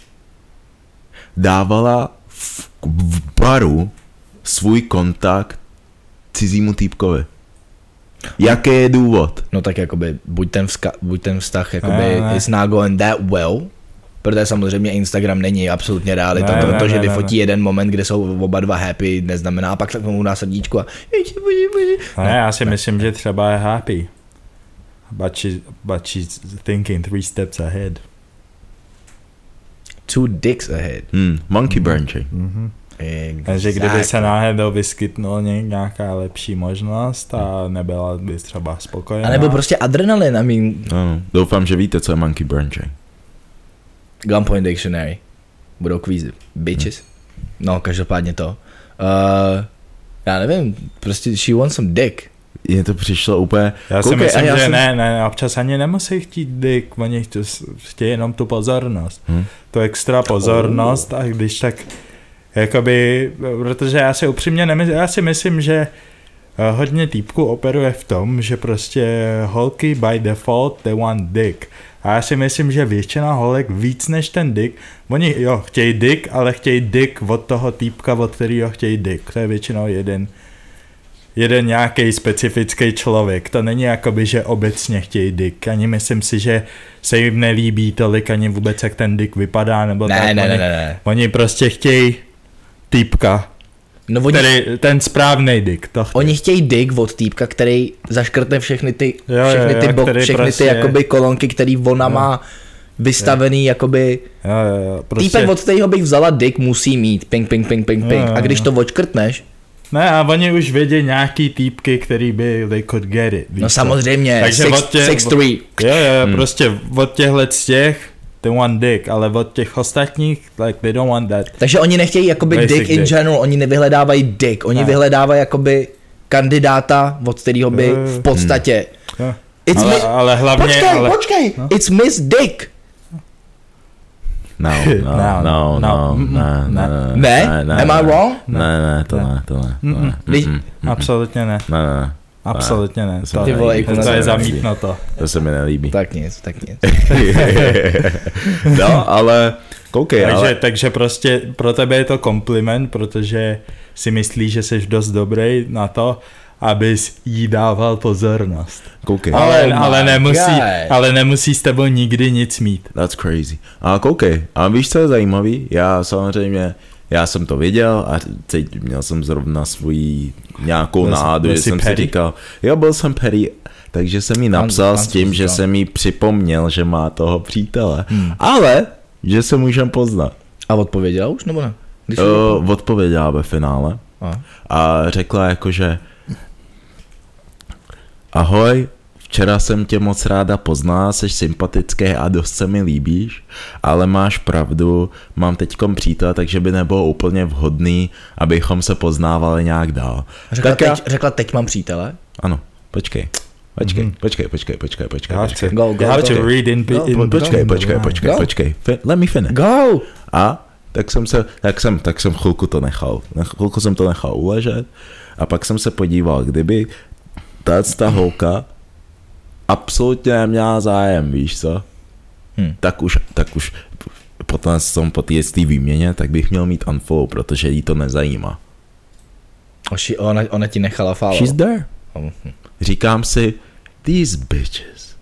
dávala v, v baru svůj kontakt cizímu týpkovi? Jaký je důvod? No tak jakoby, buď ten, vzka, buď ten vztah jakoby is not going that well, protože samozřejmě Instagram není absolutně realita, ne, protože ne, ne, vyfotí ne. jeden moment, kde jsou oba dva happy, neznamená, pak tak mu dá srdíčko a ne, já si ne. myslím, že třeba je happy, but, she, but she's thinking three steps ahead. Two dicks ahead. Hmm, monkey branching. Mm-hmm. Exactly. Takže kdyby se náhodou vyskytnul nějaká lepší možnost a nebyla by třeba spokojená. A nebo prostě adrenalin, I mean. No, doufám, že víte, co je monkey branching. Gunpoint Dictionary. Budou kvízy. Bitches. Hmm. No, každopádně to. Uh, já nevím, prostě she wants some dick. Je to přišlo úplně... Já si myslím, já že jsem... ne, ne, občas ani nemusí chtít dick, oni chtějí jenom tu pozornost. Hmm. Tu extra pozornost oh. a když tak... Jakoby, protože já si upřímně nemyslím, já si myslím, že hodně týpků operuje v tom, že prostě holky by default they want dick. A já si myslím, že většina holek víc než ten dick, oni jo, chtějí dick, ale chtějí dick od toho týpka, od kterého chtějí dick. To je většinou jeden, jeden nějaký specifický člověk. To není jakoby, že obecně chtějí dick. Ani myslím si, že se jim nelíbí tolik, ani vůbec jak ten dick vypadá, nebo ne, tak. Ne, oni, ne, ne. oni prostě chtějí týpka, no oni, který, ten správnej dick. To chtějí. Oni chtějí dick od týpka, který zaškrtne všechny ty, jo, všechny jo, ty, bo, všechny prostě ty jakoby kolonky, který ona jo. má vystavený, jo. jakoby... Jo, jo, jo, prostě... Týpek, od kterého bych vzala dick, musí mít ping, ping, ping, ping, ping. Jo, jo, a když to odškrtneš... Ne, a oni už vědí nějaký týpky, který by they could get it. No samozřejmě, six three. Jo, jo, hmm. prostě od těchhle z těch they want dick, ale od těch ostatních, like, they don't want that. Takže oni nechtějí jakoby dick, dick in general, oni nevyhledávají dick, oni ne. vyhledávají jakoby kandidáta, od kterého by uh, v podstatě... Hmm. It's ale, mi- ale hlavně... Počkej, ale... počkej, no? It's Miss Dick. No, no, no, no, no, ne, ne, ne, ne, am I wrong? Ne, ne, to ne, to ne, to ne. Absolutně ne. Ne, ne. Absolutně ne. To, ty vole, to, to je zamítnuto. To se mi nelíbí. Tak nic, tak nic. No, ale koukej, takže, ale... takže prostě pro tebe je to kompliment, protože si myslíš, že jsi dost dobrý na to, abys jí dával pozornost. Koukej. Ale, oh ale, nemusí, ale nemusí s tebou nikdy nic mít. That's crazy. A koukej, a víš, co je zajímavý? Já samozřejmě, já jsem to viděl a teď měl jsem zrovna svůj nějakou byl nádu, že jsem Perry? si říkal, jo, byl jsem Perry, takže jsem jí napsal s tím, že jsem jí připomněl, že má toho přítele, hmm. ale že se můžem poznat. A odpověděla už, nebo ne? Uh, odpověděla ve finále a, a řekla jakože ahoj, včera jsem tě moc ráda poznala, jsi sympatický a dost se mi líbíš, ale máš pravdu, mám teďkom přítel, takže by nebylo úplně vhodný, abychom se poznávali nějak dál. Řekla, teď, já... řekla teď mám přítele? Ano, počkej. Počkej, mm-hmm. počkej, počkej, počkej, počkej, počkej. Go, go, go. Počkej, počkej, počkej, počkej, počkej. Let me finish. Go! A tak jsem se, tak jsem, tak jsem chvilku to nechal, chvilku jsem to nechal uležet a pak jsem se podíval, kdyby ta holka absolutně neměla zájem, víš co, hmm. tak už, tak už potom jsem po té výměně, tak bych měl mít unfollow, protože jí to nezajímá. Oši, ona, ona ti nechala follow. She's there. Oh. Říkám si, these bitches.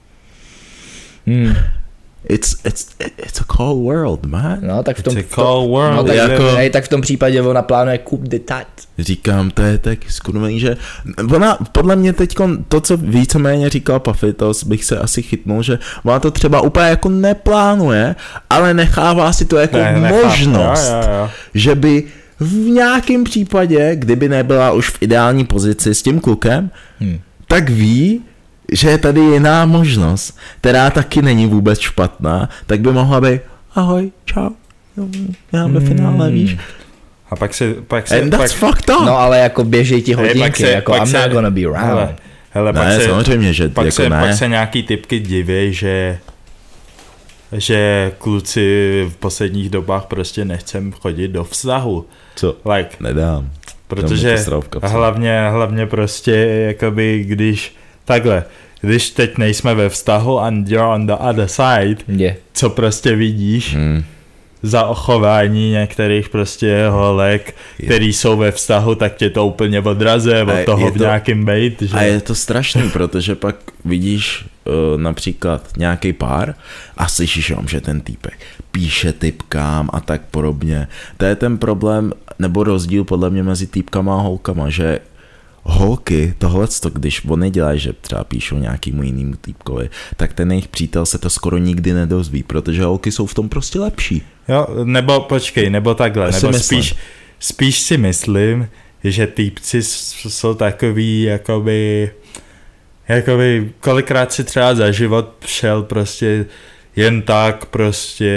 Hmm. It's, it's, it's a cold world, man. No, tak v tom, it's a cold world. No, tak, jako, hej, tak v tom případě ona plánuje coup d'etat. Říkám, to je tak skurvený, že ona, podle mě teďko, to, co víceméně říkal Puffy, to bych se asi chytnul, že ona to třeba úplně jako neplánuje, ale nechává si to jako ne, možnost, jo, jo, jo. že by v nějakém případě, kdyby nebyla už v ideální pozici s tím klukem, hmm. tak ví, že je tady jiná možnost, která taky není vůbec špatná, tak by mohla být ahoj, čau, já mám do finále, víš. A pak se, pak se, And that's pak, fucked up. No ale jako běžej ti hodinky, se, jako I'm se, not gonna be around. Hele, hele, ne, pak se, samozřejmě, že pak jako se, ne. Pak se nějaký typky diví, že že kluci v posledních dobách prostě nechcem chodit do vztahu. Co? Like, nedám. Protože hlavně, hlavně prostě jakoby když takhle, když teď nejsme ve vztahu and you're on the other side, yeah. co prostě vidíš hmm. za ochování některých prostě holek, který yeah. jsou ve vztahu, tak tě to úplně odraze od toho v to, nějakým bejt. Že? A je to strašný, protože pak vidíš uh, například nějaký pár a slyšíš, že ten týpek píše typkám a tak podobně. To je ten problém, nebo rozdíl podle mě mezi týpkama a holkama, že holky, tohleto, když oni dělají, že třeba píšou nějakýmu jinému týpkovi, tak ten jejich přítel se to skoro nikdy nedozví, protože holky jsou v tom prostě lepší. Jo, nebo počkej, nebo takhle, Já nebo spíš, spíš si myslím, že týpci jsou takový, jakoby, jakoby, kolikrát si třeba za život šel prostě jen tak prostě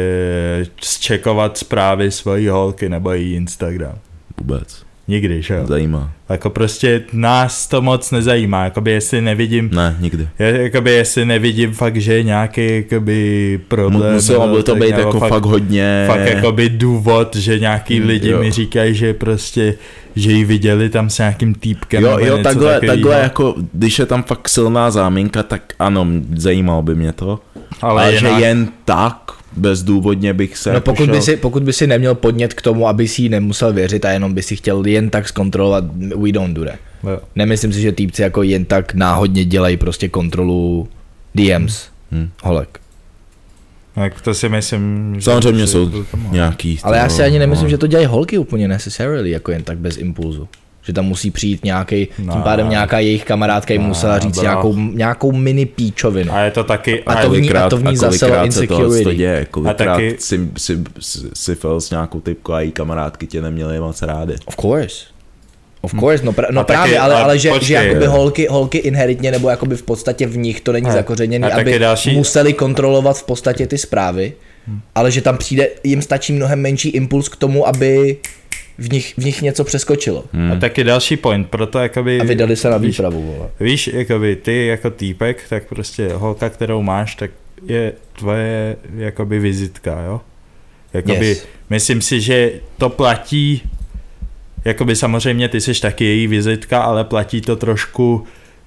zčekovat zprávy svojí holky nebo její Instagram. Vůbec. Nikdy, že jo? Zajímá. Jako prostě nás to moc nezajímá, jakoby jestli nevidím... Ne, nikdy. Jakoby jestli nevidím fakt, že je nějaký jakoby problém... Muselo by to být jako fakt, fakt hodně... Fakt jakoby důvod, že nějaký mm, lidi jo. mi říkají, že prostě, že ji viděli tam s nějakým týpkem. Jo, jo, takhle, takhle jako, když je tam fakt silná záminka, tak ano, zajímalo by mě to. Ale, ale že jen tak... bezdůvodně bych se... No pokud by, si, pokud by si neměl podnět k tomu, aby si jí nemusel věřit a jenom by si chtěl jen tak zkontrolovat, we don't do that. Jo. Nemyslím si, že týpci jako jen tak náhodně dělají prostě kontrolu D Ms hmm. holek. Tak to si myslím, že... Samozřejmě jsou nějaký... Ale já si ani nemyslím, že to dělají holky úplně necessarily, jako jen tak bez impulzu. Že tam musí přijít nějaký, no, tím pádem nějaká jejich kamarádka jim no, musela říct nějakou, nějakou mini píčovinu. A je to taky... A to v ní, a to v ní zaselo insecurity. To děje, kolikrát a taky... si, si, si, si fel s nějakou typku a její kamarádky tě neměly moc rády. Of course. Of course, no, pra, no právě, taky, ale, ale že, počkej, že jakoby holky, holky inherentně, nebo jakoby v podstatě v nich to není zakořeněné, aby další... museli kontrolovat v podstatě ty zprávy, hmm. ale že tam přijde, jim stačí mnohem menší impuls k tomu, aby... V nich, v nich něco přeskočilo. Hmm. A taky další point, proto jakoby... A vydali se na výpravu, vole. Víš, jakoby ty jako týpek, tak prostě holka, kterou máš, tak je tvoje jakoby vizitka, jo? Jakoby, yes. Myslím si, že to platí, jakoby samozřejmě ty jsi taky její vizitka, ale platí to trošku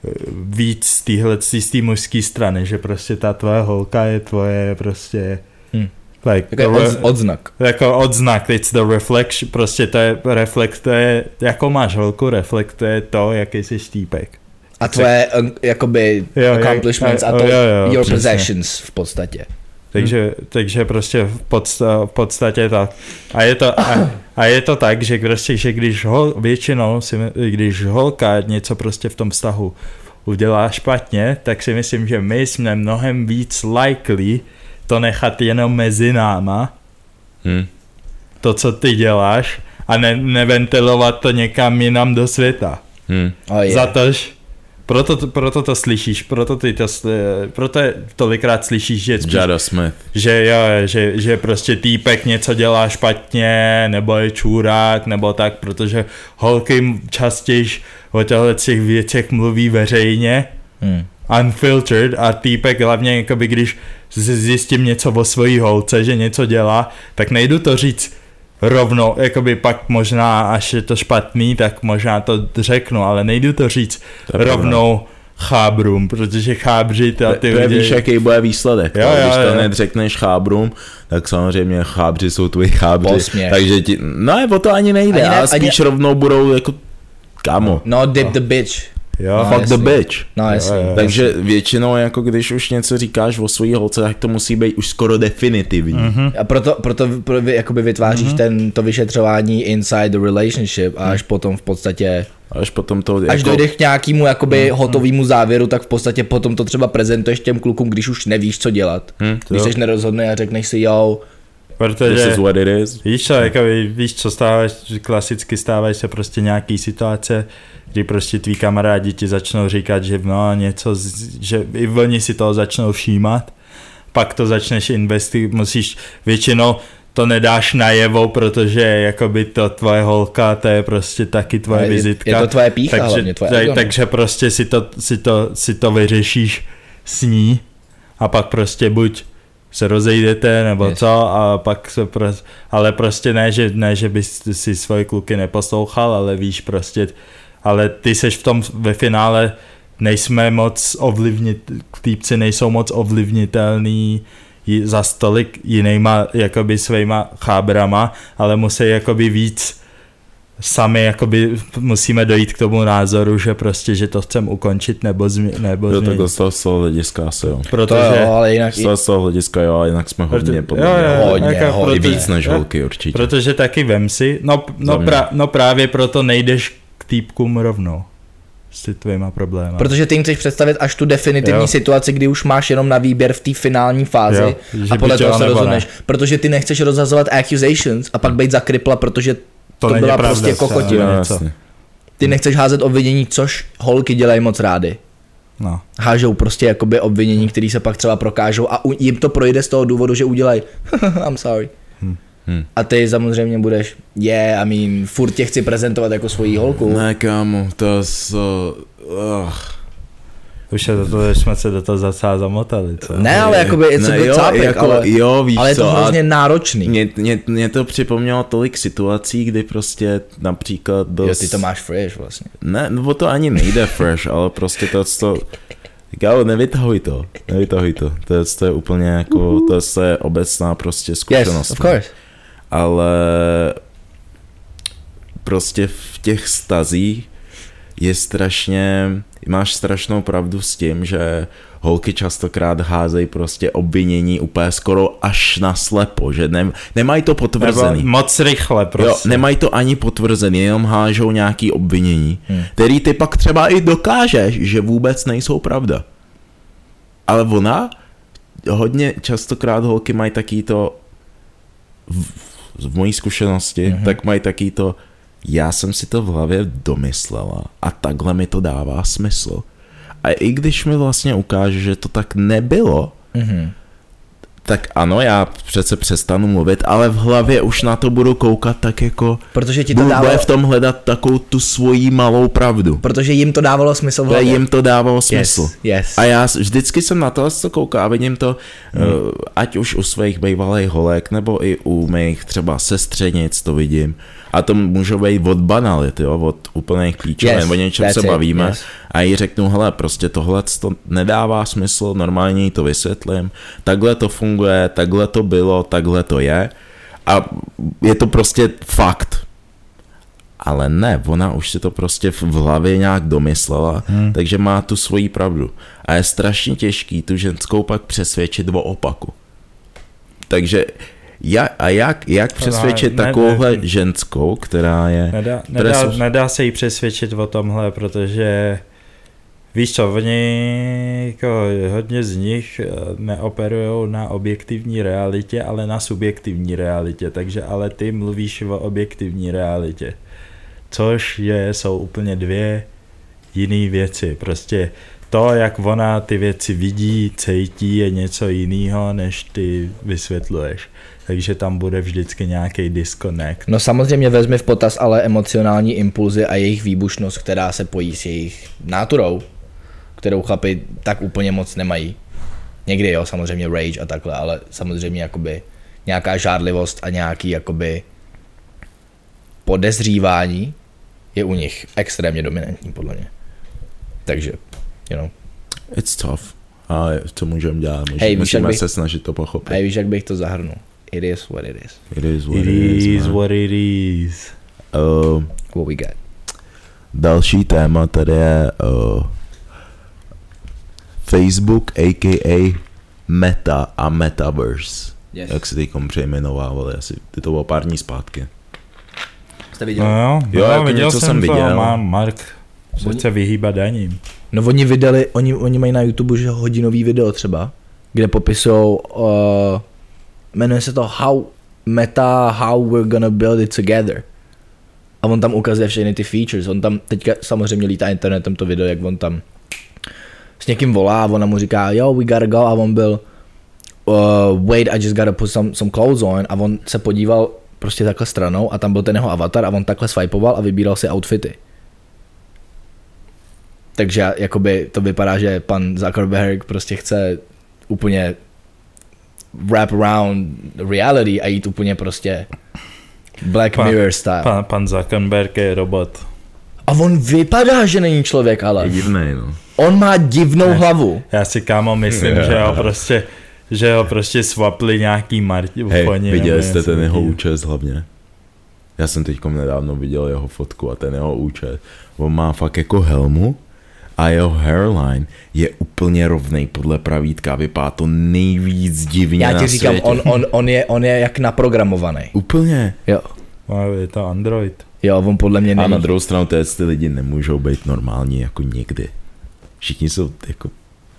víc z téhle, z té mužské strany, že prostě ta tvoje holka je tvoje prostě... Hmm. Like, jako od, odznak. Jako odznak, it's the reflection, prostě to je, reflektuje, jako máš holku, reflektuje to, jaký jsi týpek. A tvoje, um, jakoby, jo, accomplishments jo, a to, jo, jo, your přesně. possessions v podstatě. Takže, hmm. takže prostě v, podsta, v podstatě tak. A je to, a, a je to tak, že, prostě, že když hol, většinou, si, když holka něco prostě v tom vztahu udělá špatně, tak si myslím, že my jsme mnohem víc likely to nechat jenom mezi náma, hmm. to, co ty děláš, a ne, neventilovat to někam jinam do světa. Hmm. Oh, yeah. Zatož, proto, proto to slyšíš, proto ty to, proto tolikrát slyšíš, že, že, jo, že, že prostě týpek něco dělá špatně, nebo je čůrák, nebo tak, protože holky častěji o těchto věcech mluví veřejně, hmm. unfiltered a týpek hlavně jakoby když zjistím něco o svojí holce, že něco dělá, tak nejdu to říct rovnou, jakoby pak možná, až je to špatný, tak možná to řeknu, ale nejdu to říct to rovnou chábrům, protože chábři a ty to, to lidi... víš, jaký bude výsledek. Jo, jo, když to jo. neřekneš chábrům, tak samozřejmě chábři jsou tvoji chábři. Posměch. Takže ti, no o to ani nejde, Ani ne, ale spíš ani... rovnou budou jako kámo. No, dip no. the bitch. Jo. Fuck jasný. the bitch. No, jasný. Jo, jo. Takže většinou, jako když už něco říkáš o svojí holce, tak to musí být už skoro definitivní. Mm-hmm. A proto, proto pro, jakoby vytváříš mm-hmm. ten, to vyšetřování inside the relationship a až potom v podstatě, Až potom to... až jako... dojdeš k nějakému jakoby Mm-hmm. hotovému závěru, tak v podstatě potom to třeba prezentuješ těm klukům, když už nevíš, co dělat. Hm, Když jo. jsi nerozhodný a řekneš si, jo, Protože... This is what it is. Víš co, jako víš co stáváš, klasicky stávají se prostě nějaký situace, kdy prostě tví kamarádi ti začnou říkat, že no něco, že i oni si toho začnou všímat, pak to začneš investit, musíš většinou to nedáš najevo, protože jakoby to tvoje holka, to je prostě taky tvoje je, vizitka. je to tvoje pícha, takže, hlavně tvoje tak, ego, no. takže prostě si to, si, to, si to vyřešíš s ní a pak prostě buď se rozejdete, nebo yes. co, a pak se prostě, ale prostě ne, že, ne, že bys si svoje kluky neposlouchal, ale víš prostě, ale ty seš v tom ve finále, nejsme moc ovlivnit, týpci nejsou moc ovlivnitelný za stolik jinýma jakoby svýma chábrama, ale musí jakoby víc sami jakoby musíme dojít k tomu názoru, že prostě, že to chcem ukončit nebo, zmi, nebo Jo, změnit. tak z toho hlediska asi jo. Protože, to jo, ale jinak... Z toho hlediska jo, jinak jsme hodně podle jo, mě. jo, Hodně, jako, hodně. I víc než jo, holky určitě. Protože taky vem si, no, no, pra, no právě proto nejdeš k týpkům rovnou s ty tvýma problémy. Protože ty jim chceš představit až tu definitivní Jo. situaci, kdy už máš jenom na výběr v té finální fázi Jo, že a podle by chtěla toho se nebo rozhodneš. ne. Protože ty nechceš rozhazovat accusations a pak být zakripla, protože to, to není byla pravda, prostě třeba, kokotina. No, něco. jasně. Ty nechceš házet obvinění, což holky dělají moc rády. No. Hážou prostě jakoby obvinění, které se pak třeba prokážou a u, jim to projde z toho důvodu, že udělají I'm sorry. Hm. Hm. A ty samozřejmě budeš, yeah, I mean, furt tě chci prezentovat jako svoji holku. Ne, kámo, to so... Uh. Už je to, to, že jsme se do toho docela zamotali, co? Ne, ale jakoby it's a Ne, good jo, topic, jako, ale, jo, víš ale je to co, hrozně a náročný. mě, mě, mě to připomnělo tolik situací, kdy prostě například dost... Jo, ty to máš fresh vlastně. Ne, no to ani nejde fresh, ale prostě to, to kámo, nevytahuj to, nevytahuj to, to, je, to je úplně jako, to je obecná prostě zkušenost. Yes, of course. Ale prostě v těch vztazích je strašně, máš strašnou pravdu s tím, že holky častokrát házejí prostě obvinění úplně skoro až na slepo, že ne, nemají to potvrzený. Nebo moc rychle prostě. Jo, nemají to ani potvrzený, jenom hážou nějaký obvinění, hmm. který ty pak třeba i dokážeš, že vůbec nejsou pravda. Ale ona, hodně častokrát holky mají taky to, v, v mojí zkušenosti, mm-hmm. tak mají taky to, já jsem si to v hlavě domyslela a takhle mi to dává smysl. A i když mi vlastně ukáže, že to tak nebylo, mm-hmm. tak ano, já přece přestanu mluvit, ale v hlavě už na to budu koukat tak jako, protože ti to budu dávalo, v tom hledat takovou tu svoji malou pravdu. protože jim to dávalo smysl v Ale hlavě. jim to dávalo smysl. Yes, yes. A já vždycky jsem na to co koukal a vidím to, hmm. uh, ať už u svých bývalých holek, nebo i u mých třeba sestřenic to vidím. A to můžou být od banalit, jo, od úplných píčovin, Yes, o něčem that's se it, bavíme. yes. A jí řeknu, hele, prostě tohle to nedává smysl, normálně jí to vysvětlím. Takhle to funguje, takhle to bylo, takhle to je. A je to prostě fakt. Ale ne, ona už si to prostě v hlavě nějak domyslela, hmm. takže má tu svoji pravdu. A je strašně těžký tu ženskou pak přesvědčit o opaku. Takže jak, a jak, jak přesvědčit ne, takovouhle ne, ženskou, která je... Nedá, nedá, nedá se jí přesvědčit o tomhle, protože víš co, oni jako hodně z nich neoperujou na objektivní realitě, ale na subjektivní realitě, takže ale ty mluvíš o objektivní realitě. Což je, jsou úplně dvě jiné věci. Prostě to, jak ona ty věci vidí, cítí, je něco jiného, než ty vysvětluješ. Takže tam bude vždycky nějaký disconnect. No samozřejmě vezmi v potaz ale emocionální impulzy a jejich výbušnost, která se pojí s jejich náturou. kterou chlapi tak úplně moc nemají. Někdy jo, samozřejmě rage a takhle, ale samozřejmě jakoby nějaká žádlivost a nějaký jakoby podezřívání je u nich extrémně dominantní podle mě. Takže, you know. It's tough. Ale co můžeme dělat? Můžeme, hey, musíme bych, se snažit to pochopit. A víš, jak bych to zahrnul? It is what it is. It is what it, it is, is, what it is. Uh, What we got? Další téma tady je uh, Facebook, a k a. Meta a Metaverse. Yes. Jak se teďkom přejmenovávali, asi ty to bylo pár dní zpátky. Jste viděl? No jo, Jo, no, jako viděl něco jsem jsem to, viděl. má Mark se chce vyhýbat daním. No oni vydali, oni, oni mají na YouTube že hodinový video třeba, kde popisujou, uh, jmenuje se to How Meta, How We're Gonna Build It Together. A on tam ukazuje všechny ty features, on tam teďka samozřejmě lítá internetem to video, jak on tam s někým volá a ona mu říká, yo, we gotta go, a on byl, uh, wait, I just gotta put some, some clothes on, a on se podíval prostě takhle stranou a tam byl ten jeho avatar a on takhle swipeoval a vybíral si outfity. Takže jakoby to vypadá, že pan Zuckerberg prostě chce úplně wrap around reality a jít úplně prostě Black Pan- Mirror style. Pan, pan Zuckerberg je robot. A on vypadá, že není člověk, ale Je divnej, no. on má divnou Ne. hlavu. Já si kámo myslím, že ho prostě že ho prostě swapli nějaký Marti Hej, ufoně, viděli nebo jste něco ten jeho takového. účes hlavně? Já jsem teďkom nedávno viděl jeho fotku a ten jeho účes. On má fakt jako helmu a jeho hairline je úplně rovnej podle pravítka. Vypadá to nejvíc divně Já na ti říkám, světě. on, on, on, je, on je jak naprogramovaný. Úplně. Jo. No, je to Android. Jo, on podle mě A není. na druhou stranu ty ty lidi nemůžou být normální jako nikdy. Všichni jsou jako...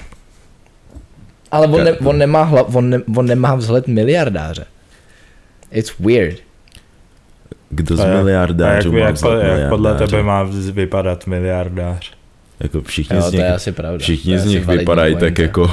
Ale on, ne, on, nemá hla, on, ne, on nemá vzhled miliardáře. It's weird. Kdo z A jak- a miliardářů jak, má jak, vzhled jak podle miliardáře? tebe má vz- vypadat miliardář? Jako všichni Jo, z to nich, je asi pravda. To všichni je z asi nich validní vypadají tak pointa. jako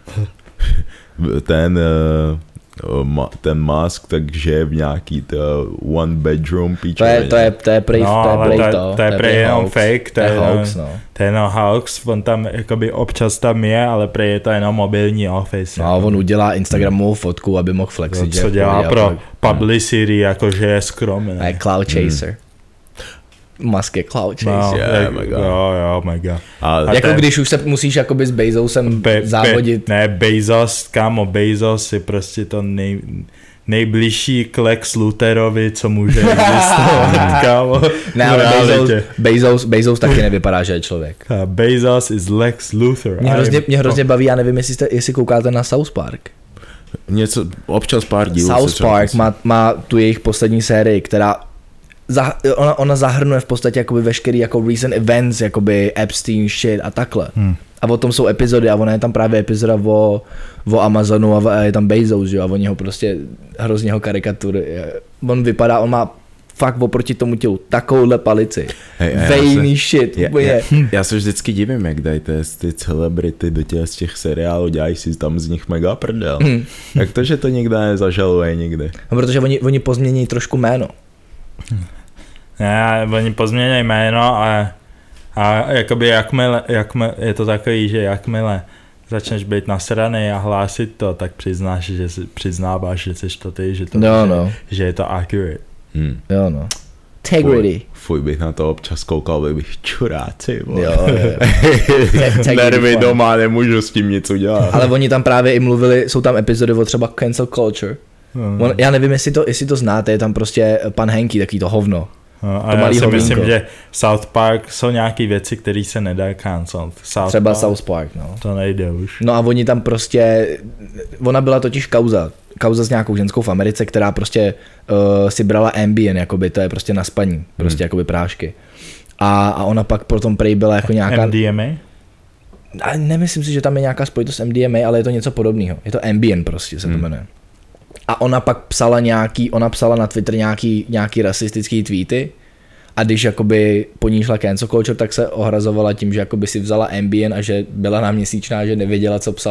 ten uh, ma, ten Musk, takže je v nějaký to one bedroom To píčově. je, to je, to je prej, No, to je ale prej to je- to. to je prej prej jenom hoax. fake, to To je je hoax, jenom- no. To je jenom hoax, on tam jakoby občas tam je, ale prej je to jenom mobilní office. No a on udělá Instagramovou fotku, aby mohl flexit. co že dělá udělal pro to- publicity, jakože je skromný. A je cloud chaser. Musk je cloud No, chaser. Yeah, jak- mega. jo, jo, mega. A, A Jako ten- když už se musíš jakoby s Bezosem Be, závodit. Be, ne, Bezos, kámo, Bezos je prostě to nej, nejbližší k Lex Lutherovi, co může existovat, kámo. Ne, v ale Bezos, realitě. Bezos, Bezos taky nevypadá, že je člověk. A Bezos is Lex Luthor. Mě I hrozně, am- mě hrozně baví, já nevím, jestli, jste, jestli koukáte na South Park. něco, občas pár dílů. se South třeba Park musí- má, má tu jejich poslední sérii, která za, ona, ona zahrnuje v podstatě jakoby veškerý jako recent events, jakoby Epstein shit a takhle. Hmm. A o tom jsou epizody a ona je tam právě epizoda o, o Amazonu a je tam Bezos, že jo, a oni ho prostě hrozně ho karikatury. On vypadá, on má fakt oproti tomu tělu takovouhle palici. Hej, a já Vejný se- shit, Já, úplně. já, já se vždycky divím, jak dají ty, ty celebrity do těch, z těch seriálů, dělají si tam z nich mega prdel. Hmm. Jak to, že to nikdo nezažaluje nikdy? No, protože oni, oni pozmění trošku jméno. Ne, oni pozměnějí jméno a, a jakoby jakmile, jakmile, je to takový, že jakmile začneš být nasraný a hlásit to, tak přiznáš, že si, přiznáváš, že jsi to ty, že, to, No, že, no. že je to accurate. Hmm. Jo no. Integrity. Fuj, bych na to občas koukal, bych bych čuráci. vole. Jo, jo. Integrity Nervy fun. doma, nemůžu s tím nic udělat. Ale oni tam právě i mluvili, jsou tam epizody o třeba cancel culture. Hmm. On, já nevím, jestli to, jestli to znáte, je tam prostě pan Henky, takový to hovno. No, a to já malý si hovínko. myslím, že South Park jsou nějaké věci, které se nedají cancel. South Třeba Park, South Park, no. To nejde už. No a oni tam prostě, ona byla totiž kauza, kauza s nějakou ženskou v Americe, která prostě uh, si brala Ambien, jakoby, to je prostě na spaní, prostě Hmm. jakoby prášky. A, a ona pak potom prej byla jako nějaká, M D M A? a nemyslím si, že tam je nějaká spojitost s M D M A, ale je to něco podobného. Je to Ambien prostě se to Hmm. jmenuje. A ona pak psala nějaký, ona psala na Twitter nějaký, nějaký rasistický tweety a když jakoby po ní šla cancel culture, tak se ohrazovala tím, že jakoby si vzala Ambien a že byla náměsíčná, že nevěděla, co psala.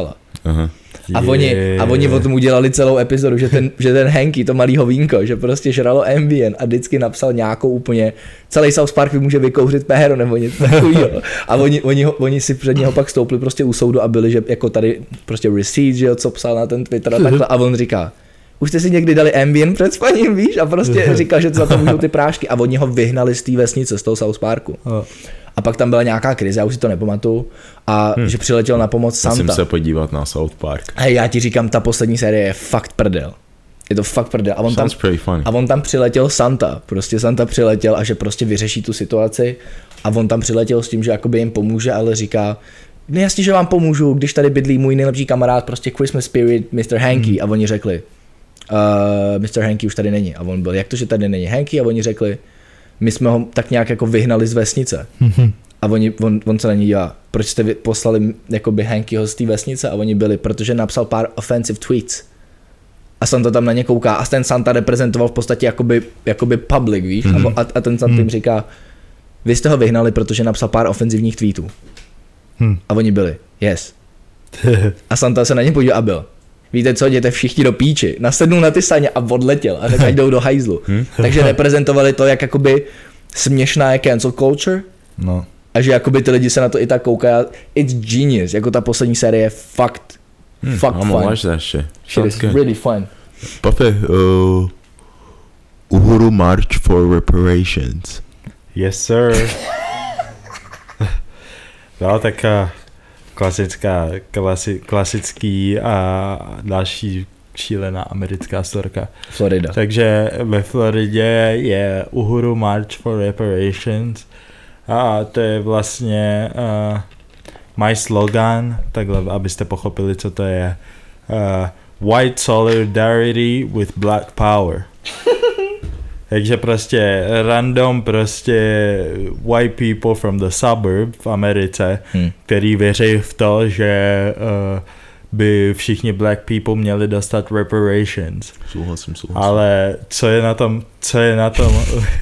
Aha. A oni, a oni o tom udělali celou epizodu, že ten, že ten Hanky, to malý hovínko, že prostě žralo Ambien a vždycky napsal nějakou úplně, celý South Park může vykouřit péro nebo něco takového. A oni, oni, oni si před něho pak stoupli prostě u soudu a byli, že jako tady prostě receipt, že jo, co psal na ten Twitter a takhle. A on říká, už jste si někdy dali Ambien před spaním, víš? A prostě říkal, že za to můžou ty prášky. A oni ho vyhnali z té vesnice, z toho South Parku. A pak tam byla nějaká krize, já už si to nepamatuju, a hmm. že přiletěl na pomoc Santa. Musím se podívat na South Park. A já ti říkám, ta poslední série je fakt prdel. Je to fakt prdel. A on, tam, a on tam přiletěl Santa, prostě Santa přiletěl a že prostě vyřeší tu situaci a on tam přiletěl s tím, že jakoby jim pomůže, ale říká, no jasně, že vám pomůžu, když tady bydlí můj nejlepší kamarád, prostě Christmas Spirit, mister Hanky. Hmm. A oni řekli, uh, mister Hanky už tady není. A on byl, jak to, že tady není Hanky? A oni řekli, my jsme ho tak nějak jako vyhnali z vesnice. Mm-hmm. A oni, on, on se na ní dívá, proč jste poslali jakoby Hankyho z té vesnice? A oni byli, protože napsal pár offensive tweets. A Santa tam na ně kouká a ten Santa reprezentoval v podstatě jakoby, jakoby public, víš? Mm-hmm. A, a ten Santa mm. jim říká, vy jste ho vyhnali, protože napsal pár ofenzivních tweetů. Mm. A oni byli, yes. A Santa se na ně podíval a byl, víte co, jděte všichni do píči, nasednul na ty saně a odletěl a řekl, ať jdou do hajzlu. Hmm? Takže reprezentovali to, jak jakoby směšná je cancel culture. No. A že jakoby ty lidi se na to i tak koukají. It's genius, jako ta poslední série je fakt, hmm, fakt fun. Watch that shit. Shit is really fun. Pape, uh, Uhuru March for Reparations. Yes, sir. No, tak uh, klasická, klasi, klasický a další šílená americká storka. Florida. Takže ve Floridě je Uhuru March for Reparations a to je vlastně uh, můj slogan, takhle, abyste pochopili, co to je. Uh, White Solidarity with Black Power. Takže prostě random prostě white people from the suburb v Americe, hmm. který věří v to, že uh, by všichni black people měli dostat reparations. Souhlasím, souhlasím. Ale co je na tom, co je na tom,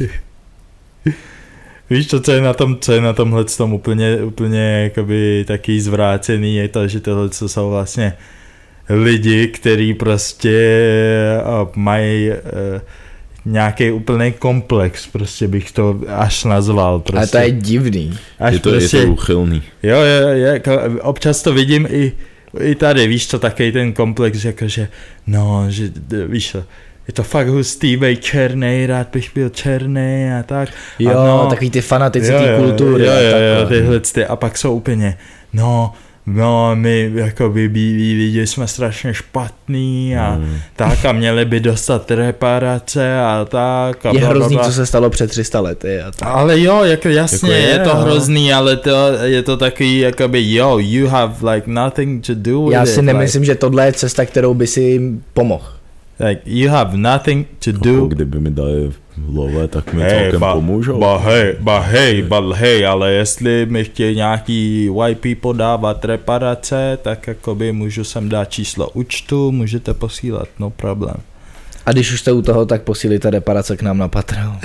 víš to, co je na tom, co je na tomhle tom úplně, úplně jakoby taky zvrácený, je to, že tohle jsou vlastně lidi, kteří prostě uh, mají uh, nějaký úplný komplex, prostě bych to až nazval. Prostě. Ale to je divný. Až je to, prostě, je to uchylný. Jo, jo, jo, občas to vidím i, i tady, víš to, takový ten komplex, jakože, no, že, víš to, je to fakt hustý, bej černej, rád bych byl černý a tak. Jo, a no, takový ty fanatici té kultury. Jo, jo, a jo, tyhle ty, a pak jsou úplně, no, no, my jako by bílí lidi jsme strašně špatný a hmm. tak a měli by dostat reparace a tak. A je hrozný, co se stalo před tři sta lety. A tak. Ale jo, jako jasně, jako je, je to no. hrozný, ale to, je to takový jakoby, yo, you have like nothing to do with Já it. si nemyslím, like, že tohle je cesta, kterou by si jim pomohl. Like, you have nothing to do. Jako kdyby mi dali lové, tak mi hey, celkem ba, pomůžou. Ba hej, ba hej, ba hej, ale jestli mi chtějí nějaký white people dávat reparace, tak jakoby můžu sem dát číslo účtu, můžete posílat, no problém. A když už jste u toho, tak posílíte reparace k nám na Patreon.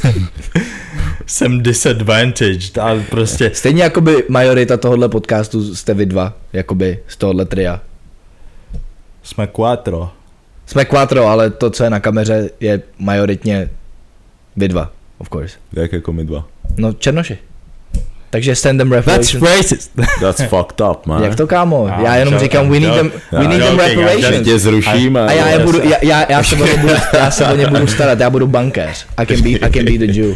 Jsem disadvantaged, ale prostě... Stejně jakoby majorita tohohle podcastu jste vy dva, jakoby z tohohle tria. Jsme quattro. Jsme quattro, ale to, co je na kameře, je majoritně vy dva, of course. Jak jako my dva? No, černoši. Takže send them reparations. That's racist. That's fucked up, man. Jak to, kámo? No, já jenom joking, říkám, we need them, we need them reparations. Já tě zruším. A, a já, je budu, já, já, já, se o ně budu, já se o ně budu starat, já budu bankéř. I can be, I can be the Jew.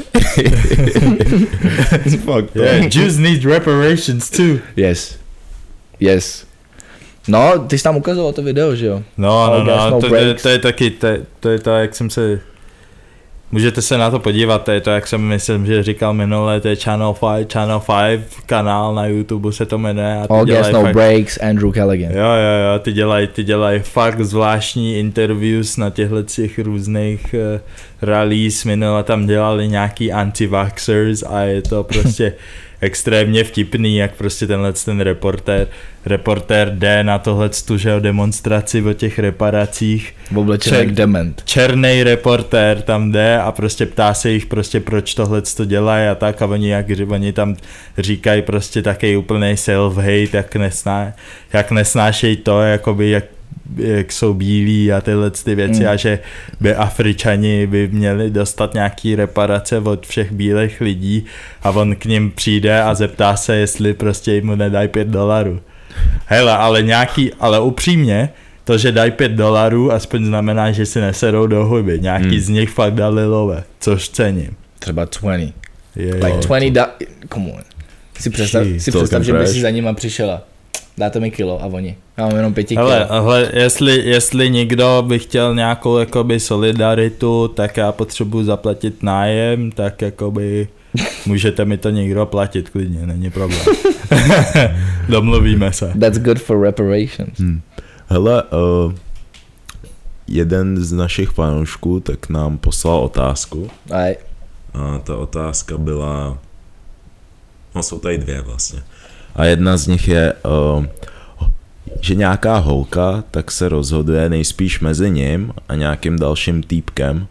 It's fucked up. Yeah, Jews need reparations too. Yes. Yes. No, ty jsi tam ukazoval to video, že jo? No, no, no, no to, to, to je taky, to, to je to, jak jsem se, můžete se na to podívat, to je to, jak jsem myslím, že říkal minule, to je Channel five, Channel five, kanál na YouTube se to jmenuje. A ty All Gas No fakt, Breaks, Andrew Callaghan. Jo, jo, jo, ty dělají, ty dělají fakt zvláštní interviews na těchto těch různých uh, rallies, minule tam dělali nějaký anti-vaxxers a je to prostě extrémně vtipný, jak prostě tenhle ten reportér, reportér jde na tohletu, že o demonstraci o těch reparacích. Oblečený jak dement. Černý reportér tam jde a prostě ptá se jich prostě, proč tohleto dělají a tak a oni, jak, oni tam říkají prostě taky úplný self-hate, jak, nesná, jak nesnášejí to, jakoby jak jak jsou bílí a tyhle ty věci mm. a že by Afričani by měli dostat nějaký reparace od všech bílých lidí a on k ním přijde a zeptá se, jestli prostě jim mu nedají pět dolarů. Hele, ale nějaký, ale upřímně, to, že dají pět dolarů, aspoň znamená, že si neserou do huby. Nějaký mm. z nich fakt dali love, což cením. Třeba dvacet. Je, like dvacet da... Come on. Si představ, si představ že by si za nima přišla. Dáte mi kilo a oni. Já mám jenom pěti hele, kilo. Hele, jestli, jestli někdo by chtěl nějakou jakoby solidaritu, tak já potřebuji zaplatit nájem, tak jakoby můžete mi to někdo platit klidně, není problém. Domluvíme se. That's good for reparations. Hmm. Hele, uh, jeden z našich fanoušků tak nám poslal otázku. Aj. A ta otázka byla, no jsou tady dvě vlastně. A jedna z nich je, uh, že nějaká holka tak se rozhoduje nejspíš mezi ním a nějakým dalším týpkem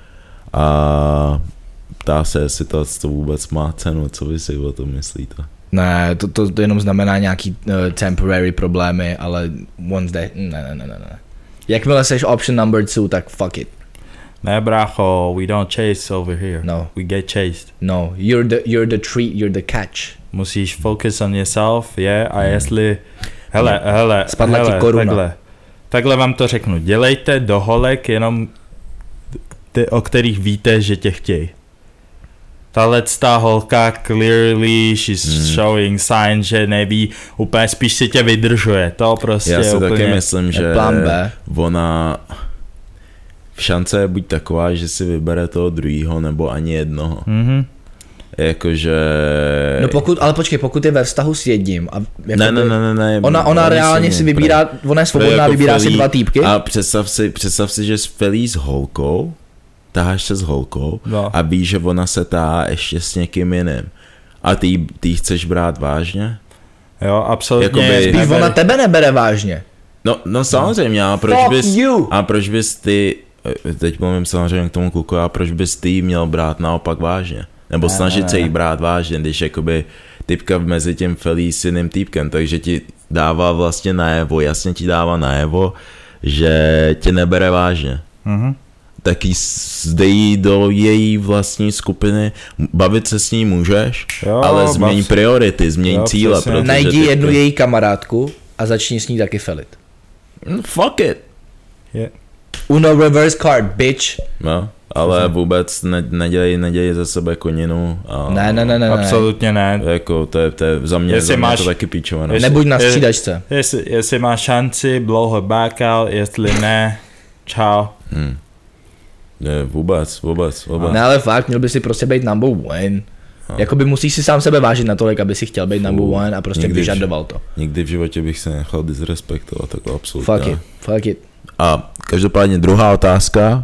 a ptá se, jestli to, to vůbec má cenu, co vy si o tom myslíte? Ne, to, to, to jenom znamená nějaký uh, temporary problémy, ale once they, ne, ne, ne, ne. Jakmile seš option number two, tak fuck it. Ne, brácho, we don't chase over here. No. We get chased. No, you're the, you're the treat, you're the catch. Musíš focus on yourself, je, yeah, a jestli, hele, hele, spadla hele, ti koruna. Takhle, takhle vám to řeknu, dělejte do holek jenom ty, o kterých víte, že tě chtějí. Tahle ta holka clearly she's hmm. showing sign, že neví, úplně spíš si tě vydržuje, to prostě já si úplně... taky myslím, že plán B. Ona šance je buď taková, že si vybere toho druhýho, nebo ani jednoho. Mm-hmm. Jakože... No pokud, ale počkej, pokud je ve vztahu s jedním a jako ne, ne, ne, ne, ne, ona, ona reálně si vybírá, pre, ona je svobodná, jako vybírá Feli, si dva týpky. A představ si, představ si, že s Felí s holkou, taháš se s holkou no. a víš, že ona se tahá ještě s někým jiným. A ty, ty chceš brát vážně? Jo, absolutně. Jakoby, spíš ona tebe nebere vážně. No, no samozřejmě, a proč Fuck bys, you. a proč bys ty, teď mluvím samozřejmě k tomu kluku, a proč bys ty měl brát naopak vážně? Nebo ne, snažit ne, se jí brát vážně, když jakoby typka mezi tím Felí s jiným týpkem, takže ti dává vlastně najevo, jasně ti dává najevo, že tě nebere vážně. Mhm. Tak jí zdejí do její vlastní skupiny, bavit se s ní můžeš, jo, ale změň priority, změň jo, cíle. Najdi jednu typky. Její kamarádku a začni s ní taky felit. Mm, fuck it. Yeah. Uno reverse card, bitch. No, ale vůbec ne, nedělej, nedělej ze sebe koninu. A, ne, ne, ne, ne. Absolutně ne. Jako, to je, to je za mě, za mě máš, to taky píčované. Nebuď na střídačce. Jestli, jestli máš šanci, blow her back out, jestli ne, čau. Hmm. Ne, vůbec, vůbec, vůbec. Ne, ale fakt, měl by si prostě být number one. No. Jakoby musíš si sám sebe vážit natolik, aby si chtěl být number uh, one a prostě vyžadoval to. Nikdy v životě bych se nechal disrespektovat, takhle absolutně. Fuck it, fuck it. A každopádně druhá otázka.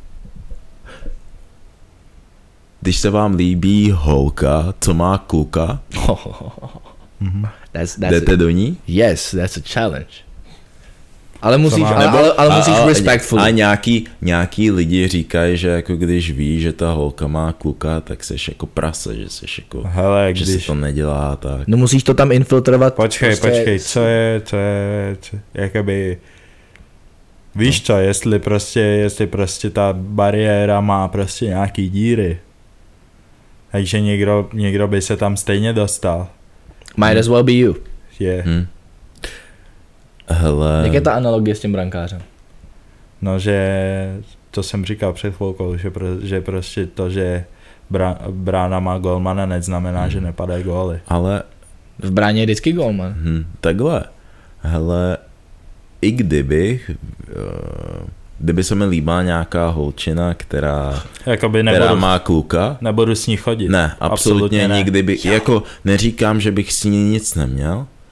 Když se vám líbí holka, co má kluka, that's, that's jdete a, do ní? Yes, that's a challenge. Ale musíš, ale, ale, ale musíš a, a, respectffully. A nějaký, nějaký lidi říkají, že jako když ví, že ta holka má kluka, tak seš jako prase, že seš jako, hele, že když... se to nedělá tak. No musíš to tam infiltrovat. Počkej, prostě... počkej, co je, co je, co, jakoby... Víš co, jestli prostě, jestli prostě ta bariéra má prostě nějaký díry. Takže někdo, někdo by se tam stejně dostal. Might as well be you. Yeah. Hmm. Hele. Jak je ta analogie s tím brankářem? No, že to jsem říkal před chvilkou, že, pro, že prostě to, že brá, brána má golmana, neznamená, hmm. že nepadají góly. Ale v bráně je vždycky golman. Hmm, takhle. Hele, i kdybych, kdyby se mi líbila nějaká holčina, která, Jakoby která nebudu, má kluka. Nebudu s ní chodit. Ne, absolutně, absolutně ne. nikdy bych, jako neříkám, že bych s ní nic neměl,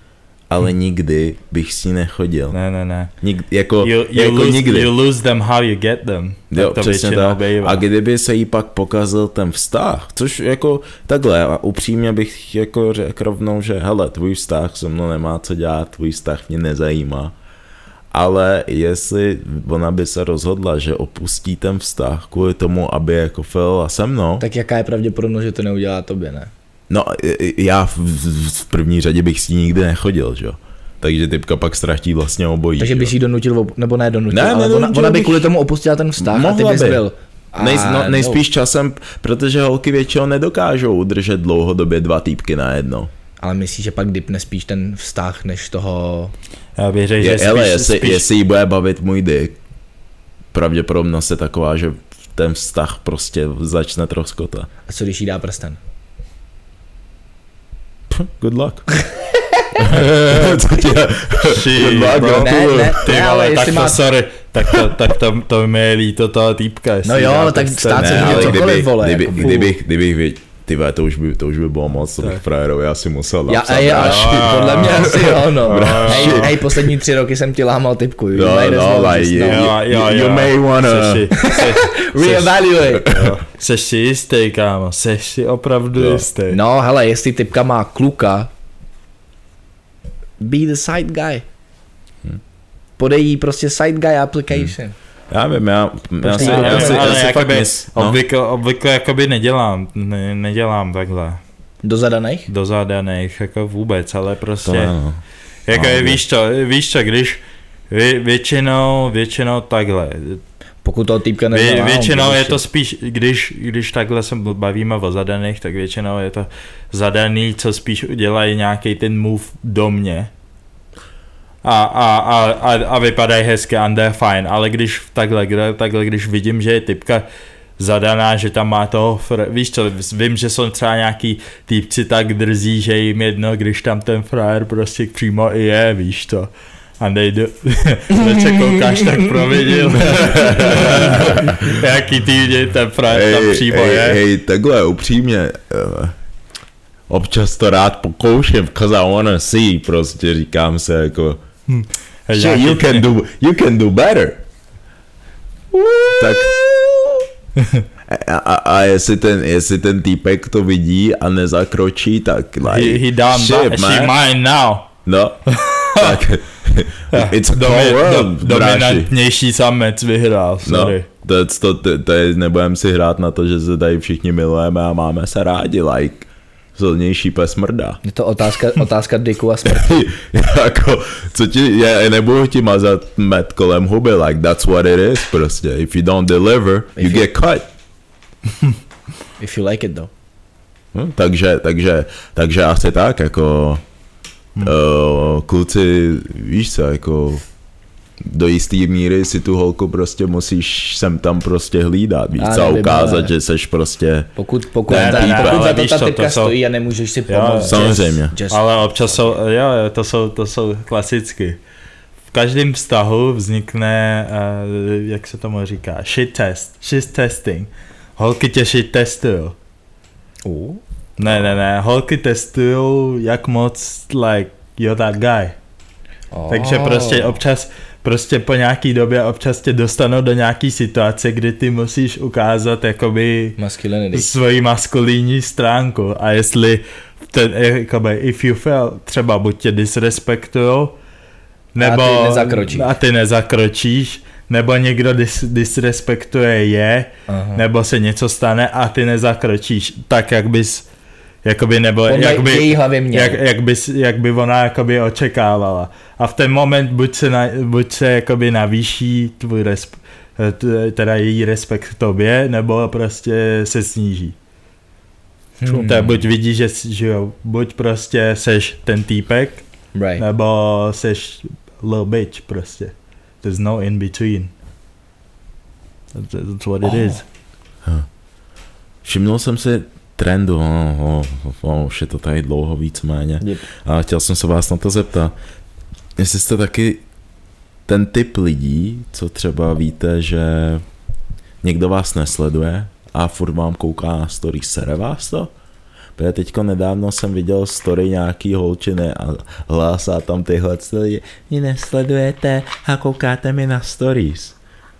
ale nikdy bych s ní nechodil. Ne, ne, ne. Nik, jako, You, you, jako lose, nikdy. you lose them how you get them. Jo, tak to přesně většinou tak. bývá. A kdyby se jí pak pokazil ten vztah, což jako takhle, a upřímně bych jako řekl rovnou, že hele, tvůj vztah se mnou nemá co dělat, tvůj vztah mě nezajímá. Ale jestli ona by se rozhodla, že opustí ten vztah kvůli tomu, aby jako filila se mnou, Tak jaká je pravděpodobnost, že to neudělá tobě, ne? no já v, v, v první řadě bych s ní nikdy nechodil, že jo. Takže typka pak ztratí vlastně obojí. Takže bys jí donutil, op- nebo ne donutil, Ne, ale ona, nedonutil ona by bych. kvůli tomu opustila ten vztah a ty Mohla bys by. byl. A Nej, no, no. nejspíš časem, protože holky většinou nedokážou udržet dlouhodobě dva týpky najednou. Ale myslíš, že pak dipne spíš ten vztah, než toho... Já bych řekl, že Je, spíš, ale jestli, spíš, jestli jí bude bavit můj dick, pravděpodobnost je taková, že ten vztah prostě začne troskotat. A co když jí dá prsten? Good luck. Co ti Shit, Good luck, bro. gratuluju. Ne, ne, Ty ne, ale vole, tak jestli to má... sorry, tak to, tak to, to mi je líto toho týpka. jestli No jo, dá ale tak prsten. stát se Ne, může ale cokoliv, kdyby, vole, kdyby, jako půl. kdybych, kdybych, věděl, ty vole, to už by, to už by bylo moc, to bych Tak. frajerovi asi musel Já, napsat. ej, až, Jo, jo, podle mě jo. asi jo, no. Bráši. Hej, hej, poslední tři roky jsem ti lámal typku. You No, might as no, well like, just you, know. Jo, jo, you, you jo. may wanna... Seš si- se- Reevaluate. jo. Seš si jistý, kámo, seš si opravdu Jo. jistý. No, hele, jestli typka má kluka, be the side guy. Podej jí prostě side guy application. Já vím, já, já Počkej, si, ale- já si, ale já si fakt jakoby mys, no. obvykle, obvykle jakoby nedělám, ne, nedělám takhle Do zadaných? do zadaných, jako vůbec, ale To prostě, ne, no. jako No, je, vě- víš co, víš co, když vě, většinou, většinou takhle, Pokud toho týpka Vě, nezná. většinou je to spíš, když, když takhle se bavíme o zadaných, tak většinou je to zadaný, co spíš udělají nějaký ten move do mě. A, a, a, a, a vypadají hezky a je fajn, ale když takhle, kde- takhle, když vidím, že je typka zadaná, že tam má toho, fr- víš co, vím, že jsou třeba nějaký týpci tak drzí, že jim jedno, když tam ten frajer prostě přímo i je, víš to. A nejdu, neče koukáš, tak providil. Jaký týdě ten frajer tam přímo hej, je. hej, takhle upřímně, uh, občas to rád pokouším, cause I wanna see, prostě říkám se jako, Hej, shit, you nějaký- can do, you can do better. Tak a, a, a jestli, ten, jestli ten týpek to vidí a nezakročí, tak like, He, he done shit, that, man. she mine now. No, tak it's a cold Domi, world, do, bráši. dominantnější samec vyhrál, No, sorry. to, je- to, to, to je, nebudem si hrát na to, že se tady všichni milujeme a máme se rádi, like, silnější pes mrdá. Je to otázka, otázka diku a smrti. Jako, co ti, já nebudu ti mazat med kolem huby, like, that's what it is, prostě. If you don't deliver, you If you- get cut. If you like it though. Hm, takže, takže, takže asi tak, jako, Hm. uh, kluci, víš co, jako, do jistý míry si tu holku prostě musíš sem tam prostě hlídat, víš Já co, a nevím, ukázat, ale- že seš prostě, Pokud, pokud, Ne, ta, ne, ne, pokud ale za to víš ta co, typka to jsou- stojí a nemůžeš si Jo, pomoct. samozřejmě. Just, just, Ale občas jsou, jo, jo, to jsou, to jsou klasicky. V každém vztahu vznikne, uh, jak se tomu říká, shit test, shit testing. Holky tě shit testujou. Uh. Ne, ne, ne, holky testujou, jak moc, like, you're that guy. Oh. Takže prostě občas, prostě po nějaký době občas tě dostanou do nějaký situace, kdy ty musíš ukázat jakoby Masculinity. svoji maskulinní stránku a jestli ten, jakoby, if you fail, třeba buď tě disrespektujou, nebo A ty nezakročíš. a ty nezakročíš, nebo někdo dis, disrespektuje je, Aha. nebo se něco stane a ty nezakročíš, tak jak bys jakoby, nebo Podle jak by, její hlavě měl. jak, jak, by, jak by ona jakoby očekávala. A v ten moment buď se, na, buď se jakoby navýší tvůj resp, t- teda její respekt k tobě, nebo prostě se sníží. Hmm. To je buď vidíš, že, že jo, buď prostě seš ten týpek, Right. nebo seš little bitch prostě. There's no in between. That's, that's what it Oh. is. Všimnul jsem si trendu, oh, oh, oh, už je to tady dlouho víceméně, Yep. a chtěl jsem se vás na to zeptat, jestli jste taky ten typ lidí, co třeba víte, že někdo vás nesleduje a furt vám kouká na story, sere vás to? Protože teďko nedávno jsem viděl story nějaký holčiny a hlásá tam tyhle lidi, mě nesledujete a koukáte mi na stories.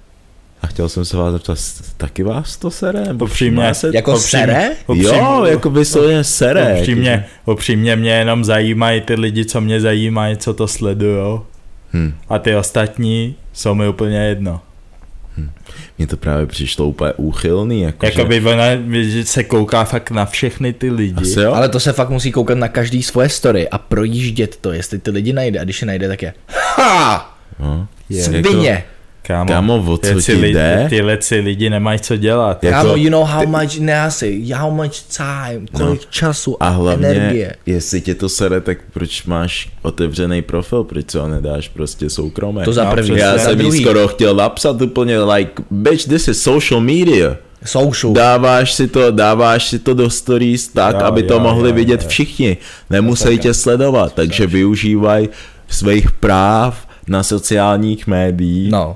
A chtěl jsem se vás zeptat, taky vás to sere? Nebo Upřímně, se... Jako upřímně, sere? upřímně, Jo, jako vysloveně sere. Upřímně, upřímně mě jenom zajímají ty lidi, co mě zajímají, co to sledujou. Hmm. A ty ostatní jsou mi úplně jedno. Hmm. Mně to právě přišlo úplně úchylný. Jako Jakoby že... ona že se kouká fakt na všechny ty lidi. Asi jo? Ale to se fakt musí koukat na každý svoje story a projíždět to, jestli ty lidi najde. A když je najde, tak je ha! No. Svině! Jako... Kámo, Kámo, o co ti lidi, jde? Tyhle si lidi nemají co dělat. Jako, Kámo, you know how much, ne asi, how much time, kolik no. času a hlavně, energie. Jestli tě to sere, tak proč máš otevřený profil, proč ho nedáš prostě soukromé? To za první. Já za jsem jí druhý. skoro chtěl napsat úplně like, bitch, this is social media. Social. Dáváš si to, dáváš si to do stories tak, jo, aby to jo, mohli jo, vidět jo. všichni. Nemusí tě sledovat, takže využívaj svých práv na sociálních médiích. No.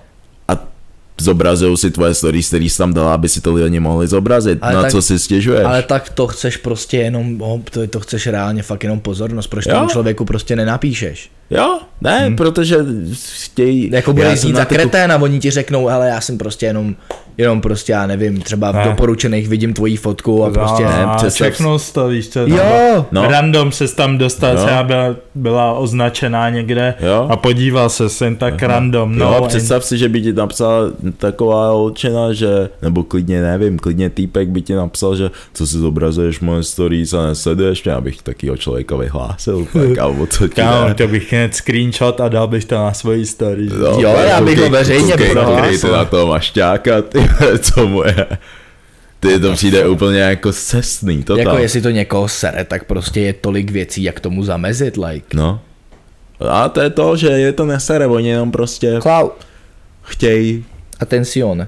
Zobrazují si tvoje stories, který jsi tam dala, aby si to lidi mohli zobrazit. Ale na tak, co si stěžuješ? Ale tak to chceš prostě jenom, to, to chceš reálně fakt jenom pozornost, proč tomu člověku prostě nenapíšeš? Jo, ne, hmm. protože chtějí... Jako budeš znít za kreténa, oni ti řeknou, hele, já jsem prostě jenom, jenom prostě, já nevím, třeba v ne. doporučených vidím tvoji fotku a no, prostě... Ne, všechno to, víš co, jo. No. Random se tam dostal, třeba byla, byla označená někde jo. a podíval se sem tak Aha. random. No, jo, představ si, že by ti napsala taková holčina, že, nebo klidně nevím, klidně týpek by ti napsal, že co si zobrazuješ moje stories a nesleduješ mě, abych takýho člověka vyhlásil. Tak, a o co ti Kámo, to bych hned screenshot a dal bych to na svoji story. No, jo, já bych ho veřejně prohlásil. Ty na toho mašťáka, ty, co mu je. Ty to přijde úplně jako cestný. To jako tam. Jestli to někoho sere, tak prostě je tolik věcí, jak tomu zamezit, like. No. A to je to, že je to nesere, oni jenom prostě Klau. chtějí. Atención.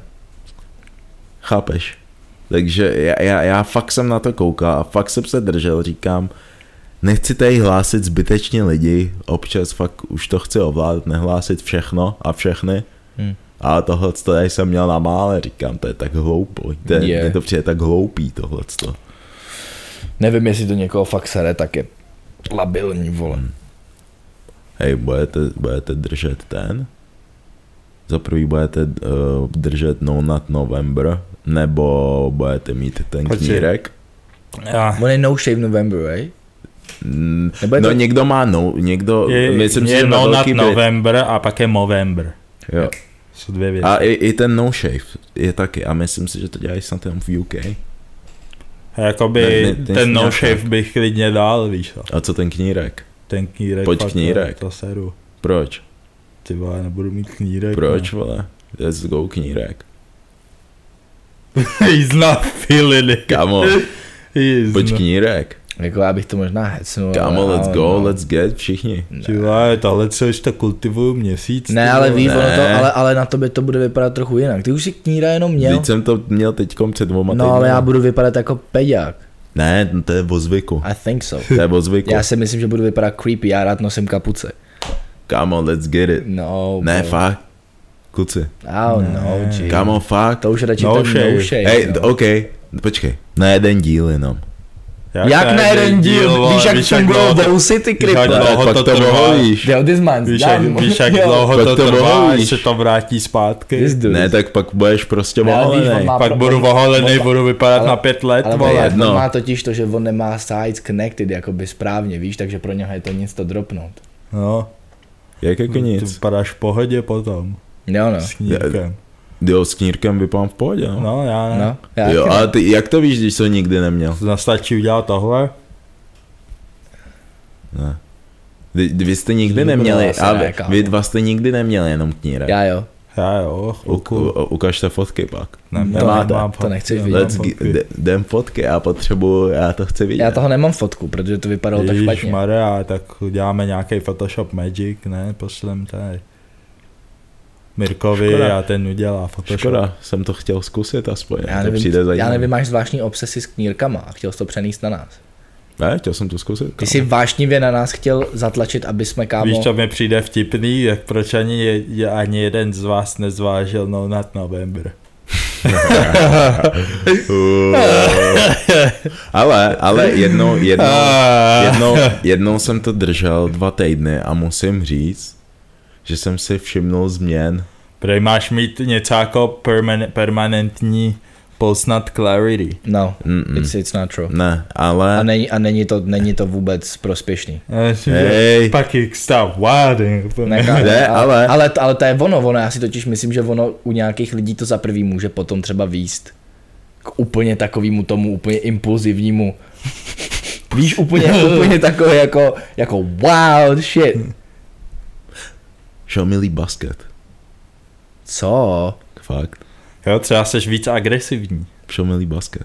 Chápeš? Takže já, já, já fakt jsem na to koukal a fakt jsem se držel, říkám, nechci tady hlásit zbytečně lidi, občas fakt už to chci ovládat, nehlásit všechno a všechny. Hmm. A tohle tady jsem měl na mále, říkám, to je tak hloupý, to je, yeah. to přijde tak hloupý tohleto. Nevím, jestli to někoho fakt sere, tak je labilní, vole. Hmm. Hej, budete, budete držet ten? Za prvý budete uh, držet No Nut November, nebo budete mít ten knírek? Já. On je No Shave November, right? Mm, no to... někdo má no, někdo, je, myslím je si, že No Nut by... November a pak je Movember. Jo. Jsou dvě věci. A i, i ten No Shave je taky, a myslím si, že to dělají snad jenom v U K. A jakoby ne, ne, ten No Shave tak. Bych klidně dal, víš co? A co ten knírek? Ten knírek, Pojď knírek. To, to seru. Proč? Ty vole, nebudu mít knírek. Proč, ne? Vole? Let's go knírek. He's not feeling it. Kámo, pojď not. Knírek. Jako já bych to možná hecnul. Kámo, let's go, no. Let's get, všichni. Ty vole, tohle co už to kultivuju měsíc. Ne, ale víš, to, ale, ale na tobě to bude vypadat trochu jinak. Ty už si kníra jenom měl. Teď jsem to měl teďkom před dvoma týdny. No ale já budu vypadat jako peďák. Ne, to je o zvyku. I think so. To je o zvyku. Já si myslím, že budu vypadat creepy, já rád nosím kapuce. Kámo, let's get it. No, ne, bro. Fakt. Kluci. Oh no, G. Kámo, fakt. To už radši no ten shave. No shave. Hej, no. OK, počkej. Na jeden díl jenom. Jak, jak na jeden díl? Víš, jak fungují vousy, ty krypto? Dlouho to trvá. Jo, this man's víš, jak, víš, jak dlouho to trvá, až se to vrátí zpátky. Ne, tak pak budeš prostě voholenej. Má, pak on, budu voholenej, on, budu vypadat ale, na pět let, ale vole. Ale on má totiž to, že on nemá sides connected jakoby správně, víš, takže pro něho je to nic to dropnout. No. Jak jako nic? Ty vypadáš v pohodě potom. Jo, no. S knírkem. Jo, s knírkem vypadám v pohodě, no. No, já ne. No, já jo, ale ty, jak to víš, když to nikdy neměl? Nastačí udělat tohle? Ne. Vy, vy jste nikdy neměli, ale vy dva jste nikdy neměli jenom knírek. Já jo. Já jo, u, u, ukažte fotky pak. Ne, Nemáte, to, to nechci vidět. Jdem fotky, já potřebuji, já to chci vidět. Já toho nemám fotku, protože to vypadalo Ježiš tak špatně. Maria, tak uděláme nějaký Photoshop Magic, ne, pošlem tady Mirkovi Škoda. A ten udělá Photoshop. Škoda, jsem to chtěl zkusit aspoň. Já nevím, přijde já nevím, máš zvláštní obsesy s knírkama a chtěl jsi to přenést na nás. Ne, chtěl jsem to zkusit. Ty jsi vášnivě na nás chtěl zatlačit, aby jsme, kámo... Víš, co mi přijde vtipný, jak proč ani, je, ani jeden z vás nezvážil No Nut November. ale, ale jednou, jednou, jednou, jednou jsem to držel dva týdny a musím říct, že jsem si všimnul změn. Prej máš mít něco jako perman- permanentní post-nut clarity. No, it's, it's not true. Ne, ale... A není, a není, to, není to vůbec prospěšný. Hej. Pak jich stav wáding. Ne, ale... Ale, ale to je ono, ono, já si totiž myslím, že ono u nějakých lidí to za prvý může potom třeba výst k úplně takovému tomu, úplně impulzivnímu. Víš, úplně, úplně takové jako, jako wow, shit. Show me líp basket. Co? Fakt. Jo, třeba seš víc agresivní. Show me líp basket.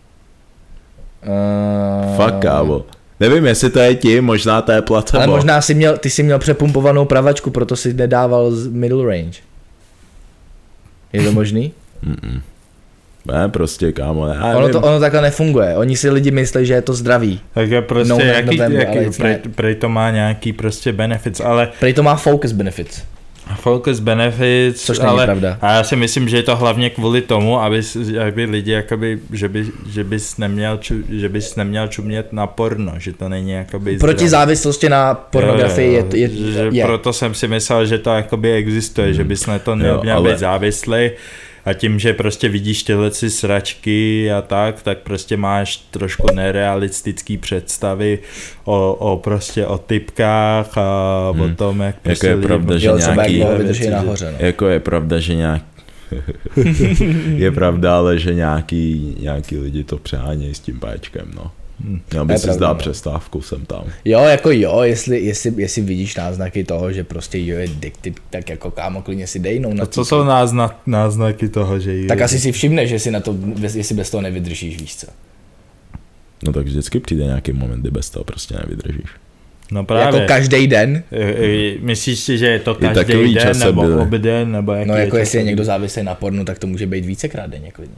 Uh... Fakt, kámo. Nevím, jestli to je ti, možná to je placebo. Ale možná jsi měl, ty jsi měl přepumpovanou pravačku, proto jsi nedával z middle range. Je to možný? Mm-mm. Ne, prostě, kámo, ne. Ono, to, ono takhle nefunguje. Oni si lidi myslí, že je to zdravý. Tak je prostě, No, jaký, November, jaký prej, prej to má nějaký prostě benefits, ale... Prej to má focus benefits. Focus benefits, Což není ale pravda. A já si myslím, že je to hlavně kvůli tomu, aby, aby lidi, jakoby, že, by, že, bys neměl ču, že bys neměl čumět na porno, že to není jakoby Proti zdravý. závislosti na pornografii jo, jo, je, je, že je. Proto jsem si myslel, že to jakoby existuje, hmm. že bys na to neměl jo, ale... být závislý. A tím, že prostě vidíš tyhle si sračky a tak, tak prostě máš trošku nerealistický představy o, o prostě o typkách a hmm. o tom, jak prostě jako je pravda, že jo, nějaký... Jak vydrží nahoře, no. Jako je pravda, že nějak... je pravda, ale že nějaký, nějaký lidi to přehánějí s tím páčkem, no. Měl by si zdát přestávku sem tam. Jo, jako jo, jestli, jestli, jestli vidíš náznaky toho, že prostě jo je addicted, tak jako kámo klidně si dejnou na to. Co jsou náznak, náznaky toho, že jo? Tak asi si všimneš, že si na to, jestli bez toho nevydržíš, víš co. No tak vždycky přijde nějaký moment, kdy bez toho prostě nevydržíš. No právě. Jako každý den? Myslíš si, že je to každý den, nebo byly. obden, nebo jaký No jako je jestli je někdo závislý na pornu, tak to může být vícekrát denně klidně.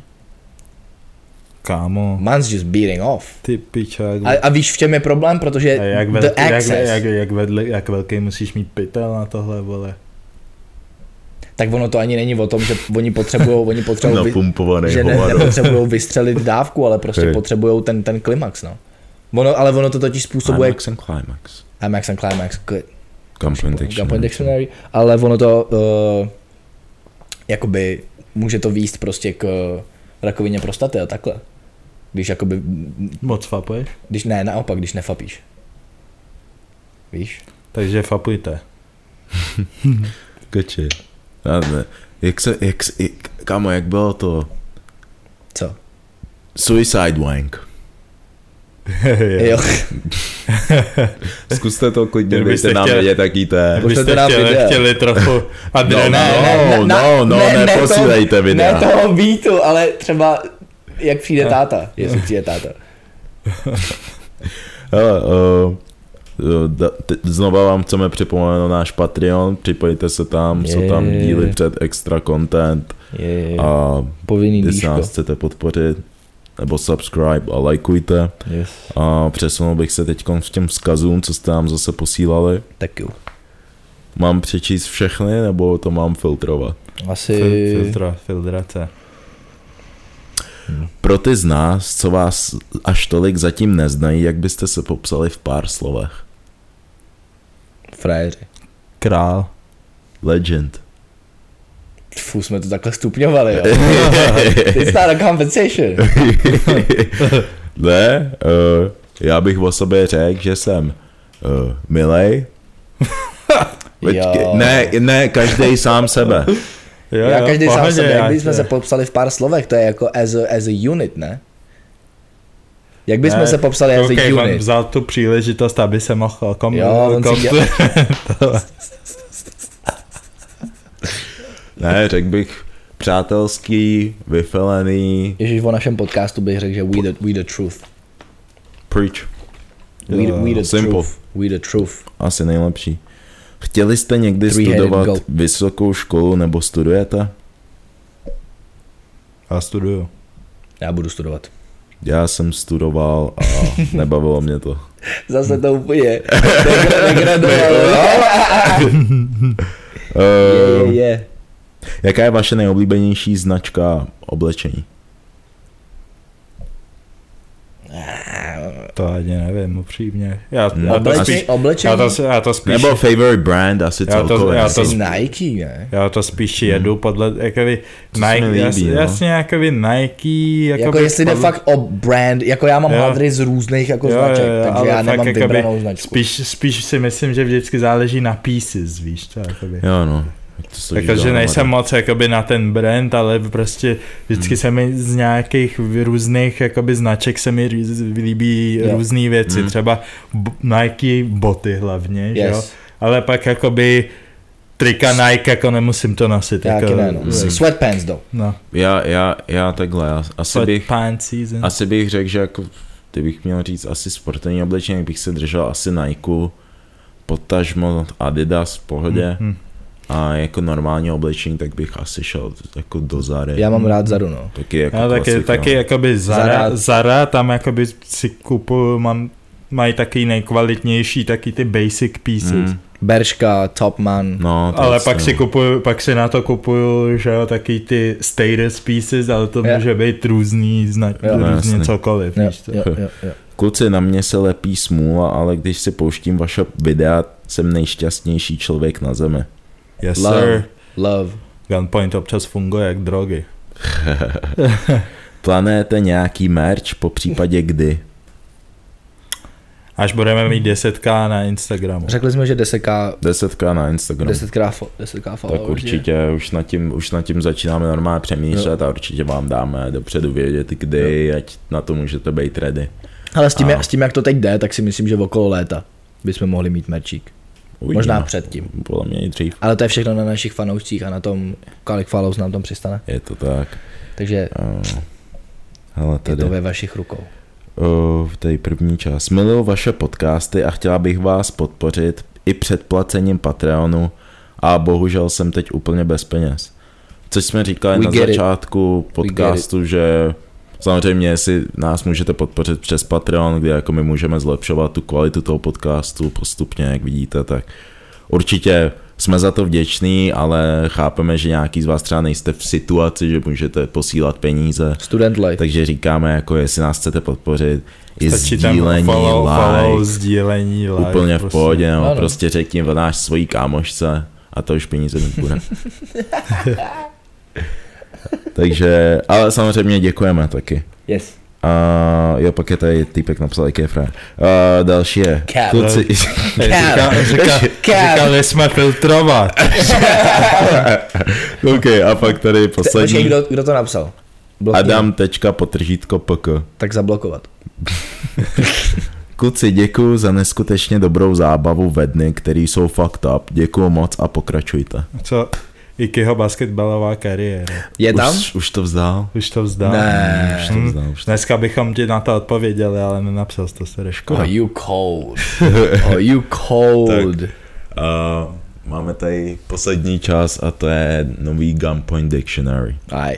Kámo. Man's just beating off. Ty pičák. A, a víš, v čem je problém? Protože jak, the velký, access. Jak, jak, jak, vedli, jak velký musíš mít pytel na tohle, vole. Tak ono to ani není o tom, že oni potřebujou, oni potřebujou, vy, že ne, nepotřebujou vystřelit dávku, ale prostě hey. potřebujou ten, ten klimax, no. Ono, ale ono to totiž způsobuje... Climax and climax. Climax and climax, good. Gunpoint Dictionary. Dictionary. Ale ono to, uh, jakoby, může to výjist prostě k rakovině prostaty a takhle. Když jakoby... Moc fapuješ? Když ne, naopak, když nefapíš. Víš? Takže fapujte. Koči. Jak se, jak, jak, kámo, jak bylo to? Co? Suicide wank. Jo. Zkuste to klidně, dejte nám vědět, jaký to je. Kdybyste chtěli, chtěli trochu adrenalinu. No, no, no, no, neposílejte videa. Ne toho beatu, ale třeba jak přijde táta, jestli přijde táta. Hele, uh, znova vám chceme připomenout náš Patreon, připojte se tam, je, jsou tam díly před extra content je, a povinný když díško. nás chcete podpořit, nebo subscribe a lajkujte. Yes. A přesunul bych se teď k těm vzkazům, co jste nám zase posílali. Tak jo. Mám přečíst všechny, nebo to mám filtrovat? Asi... Filtra, filtrace. Hmm. Pro ty z nás, co vás až tolik zatím neznají, jak byste se popsali v pár slovech? Frajeři. Král. Legend. Fů, jsme to takhle stupňovali, jo. It's not a compensation. Ne, uh, já bych o sobě řekl, že jsem uh, milej. ne, ne, každej sám sebe. Jo, já jo, každý sám sebe, jak bychom tě. se popsali v pár slovech, to je jako as a, as a unit, ne? Jak bychom ne, se popsali as okay, a unit? On vzal tu příležitost, aby se mohl kom... Jo, on kom... si Ne, řekl bych přátelský, vyfelený. Ježíš, o našem podcastu bych řekl, že we the, we the truth. Preach. We, the, we the Simple. truth. We the truth. Asi nejlepší. Chtěli jste někdy Three studovat vysokou školu nebo studujete? Já studuju. Já budu studovat. Já jsem studoval a nebavilo mě to. Zase to úplně degradovalo. Je, je, je. Jaká je vaše nejoblíbenější značka oblečení? To ani nevím, upřímně. Já, No, já, to Obleče, spíš, oblečení? já, to, já to spíš... Nebo favorite brand asi Já to- celkově. já to- Asi Nike, ne? Já to spíš jedu podle, jakoby, To se mi Nike, líbí, jas, no. jasně, jakoby Nike, jakoby, Jako jestli jde podle- fakt o brand, jako já mám Jo. hadry z různých jako Jo, značek, jo, jo, takže ale já fakt nemám jakoby vybranou značku. Spíš, spíš si myslím, že vždycky záleží na pieces, víš co, jakoby. Jo, no. To složí Jakože dohromady. nejsem moc jakoby na ten brand, ale prostě vždycky Hmm. se mi z nějakých různých jakoby značek se mi rýz- líbí Jo. různé věci, Hmm. třeba b- Nike boty hlavně, že jo? Yes. Ale pak jakoby trika Nike jako nemusím to nosit. Já jako, taky ne, no. Mm. Sweatpants do. no. Já, já, já takhle, já asi bych, Sweatpants season. asi bych řekl, že jako, kdybych měl říct asi sportovní oblečení, bych se držel asi Nike, potažmo Adidas v pohodě. Mm, mm. A jako normální oblečení, tak bych asi šel jako do Zary. Já mám rád Zaru, no. Taky jako Já taky, klasika. taky jakoby Zara, Zara. Zara, tam jakoby si kupuju, mám, mají taky nejkvalitnější, taky ty basic pieces. Mm. Bershka, Topman. No, to Ale je pak si stejný. kupuju, pak si na to kupuju, že jo, taky ty status pieces, ale to Jo. může být různý, zna, Jo. No, různě jasný. cokoliv, Jo, víš co. jo, jo, jo. Kluci, na mě se lepí smůla, ale když si pouštím vaše videa, jsem nejšťastnější člověk na zemi. Yes Love. sir, Love. Gunpoint občas funguje jak drogy. Plánujete nějaký merch, po případě kdy? Až budeme mít deset ká na Instagramu. Řekli jsme, že deset ká, deset ká na Instagram. deset ká, fo- deset ká followers. Tak určitě, už nad, tím, už nad tím začínáme normálně přemýšlet a určitě vám dáme dopředu vědět, kdy, ať na to můžete být ready. Ale s tím, A- jak, s tím, jak to teď jde, tak si myslím, že okolo léta bychom mohli mít merčík. Uvidíme. Možná předtím. Podle mě i dřív. Ale to je všechno na našich fanoušcích a na tom, kolik follows nám tom přistane. Je to tak. Takže Uh, hele, je tady. to ve vašich rukou. Uh, tady první část. Miluju vaše podcasty a chtěla bych vás podpořit i předplacením Patreonu a bohužel jsem teď úplně bez peněz. Což jsme říkali We na get it. začátku podcastu, že samozřejmě si nás můžete podpořit přes Patreon, kde jako my můžeme zlepšovat tu kvalitu toho podcastu postupně, jak vidíte, tak určitě jsme za to vděční, ale chápeme, že nějaký z vás třeba nejste v situaci, že můžete posílat peníze. Student life. Takže říkáme, jako jestli nás chcete podpořit, i Stačí tam sdílení, follow, follow, like, sdílení, like. úplně v prostě. pohodě, no, Ano. prostě řekni v náš svojí kámošce a to už peníze mít bude. Takže, ale samozřejmě děkujeme taky. Yes. A jo, pak je tady týpek napsal, jaký je frajer. A další je, Cap. kluci, Hej, říká, říká, Cap. říkali jsme filtrovat. ok, a pak tady Počkej, poslední, kdo, kdo to napsal? Blokni. Adam tečka potržítko pk. Tak zablokovat. Kluci, děkuju za neskutečně dobrou zábavu ve dny, který jsou fucked up. Děkuju moc a pokračujte. Co? Ikyho basketbalová kariéra. Je tam? Už, už to vzdál? Už to vzdal. Ne. Už to Hm. vzdál, už to Dneska bychom ti na to odpověděli, ale nenapsal jsi to, se škoda. Oh, you cold. Oh, you cold. Uh, máme tady poslední čas a to je nový Gunpoint Dictionary. Aj.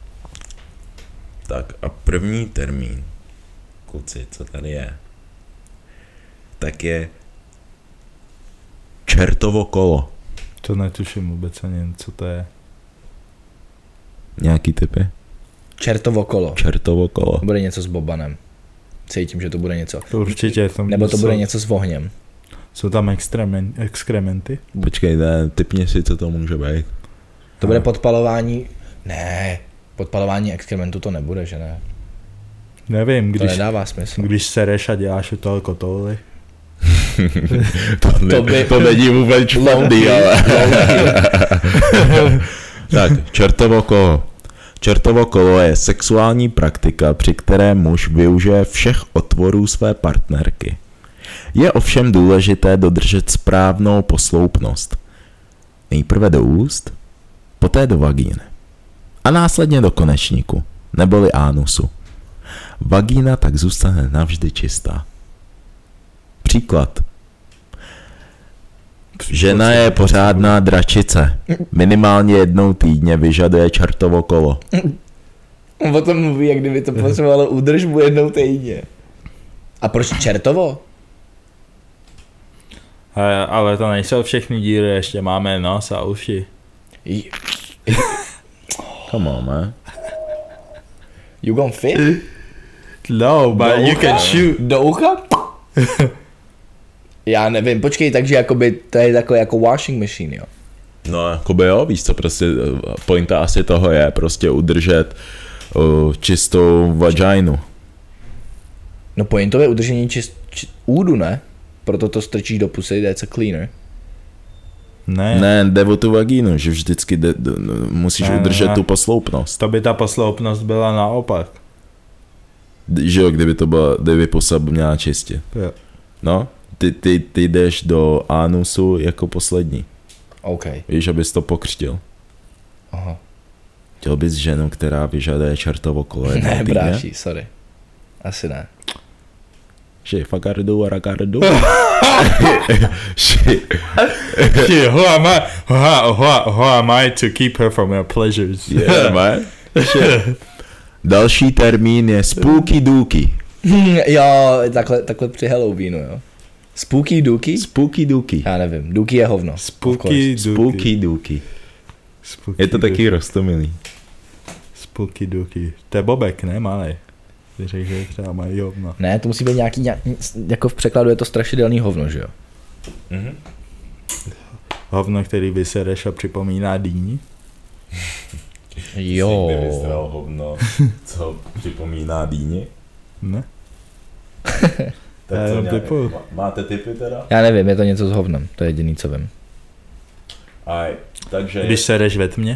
Tak a první termín, kluci, co tady je, tak je čertovo kolo. To netuším vůbec ani, co to je. Nějaký typy? Čertovo kolo. Čertovo kolo. To bude něco s Bobanem. Cítím, že to bude něco. To určitě. To Nebo to jsou, bude něco s ohněm. Jsou tam extremen, exkrementy? Počkej, ne, typně si, co to může být. To bude Aha. podpalování... Ne, podpalování exkrementu to nebude, že ne? Nevím, To když, nedává smysl. když sereš a děláš u toho kotouly. to, ne, To by- to není vůbec čpavný, ale... Tak, čertovo kolo. Čertovo kolo je sexuální praktika, při které muž využije všech otvorů své partnerky. Je ovšem důležité dodržet správnou posloupnost. Nejprve do úst, poté do vagíny. A následně do konečníku, neboli ánusu. Vagína tak zůstane navždy čistá. Příklad. Žena je pořádná dračice. Minimálně jednou týdně vyžaduje čertovo kolo. On o tom mluví, jak kdyby to potřebovalo údržbu jednou týdně. A proč čertovo? Ale, ale to nejsou všechny díry, ještě máme nos a uši. J- Come on, man. You gon fit? No, but you can shoot. Do ucha? Já nevím, počkej, takže jakoby to je takové jako washing machine, jo? No, jakoby jo, víš co, prostě pointa asi toho je prostě udržet uh, čistou vaginu. No pointové udržení čist, či, údu, ne? Proto to strčíš do pusy, that's a cleaner. Ne. Ne, jde o tu vagínu, že vždycky de, de, musíš ne, udržet ne. tu posloupnost. To by ta posloupnost byla naopak. Že jo, kdyby to byla, kdyby pusa měla čistě. Jo. No, ty, ty, ty jdeš do anusu jako poslední. OK. Víš, abys to pokřtil. Aha. Chtěl bys ženu, která vyžaduje čertovo kolo jednou Ne, týdně? bráši, sorry. Asi ne. Že fagardu a ragardu. Shit. Yeah, who am I? Who, who, who am I to keep her from her pleasures? Yeah, man. Shit. Další termín je spooky dooky. Jo, takhle, takhle při Halloweenu, jo. Spooky dooky? Spooky dooky. Já nevím, dooky je hovno. Spooky dooky. Spooky dooky. Spooky Je to taky rostomilý. Spooky dooky. To je bobek, ne? Malej. Ty řekl, že třeba mají hovno. Ne, to musí být nějaký, nějaký, jako v překladu je to strašidelný hovno, že jo? Mhm. Hovno, který vysereš a připomíná dýni. Jo. hovno, co připomíná dýni? Ne? Tak Já co jenom nějak, typuju. má- máte tipy teda? Já nevím, je to něco s hovnem, to je jediný, co vím. Aj, takže... Když sereš ve tmě?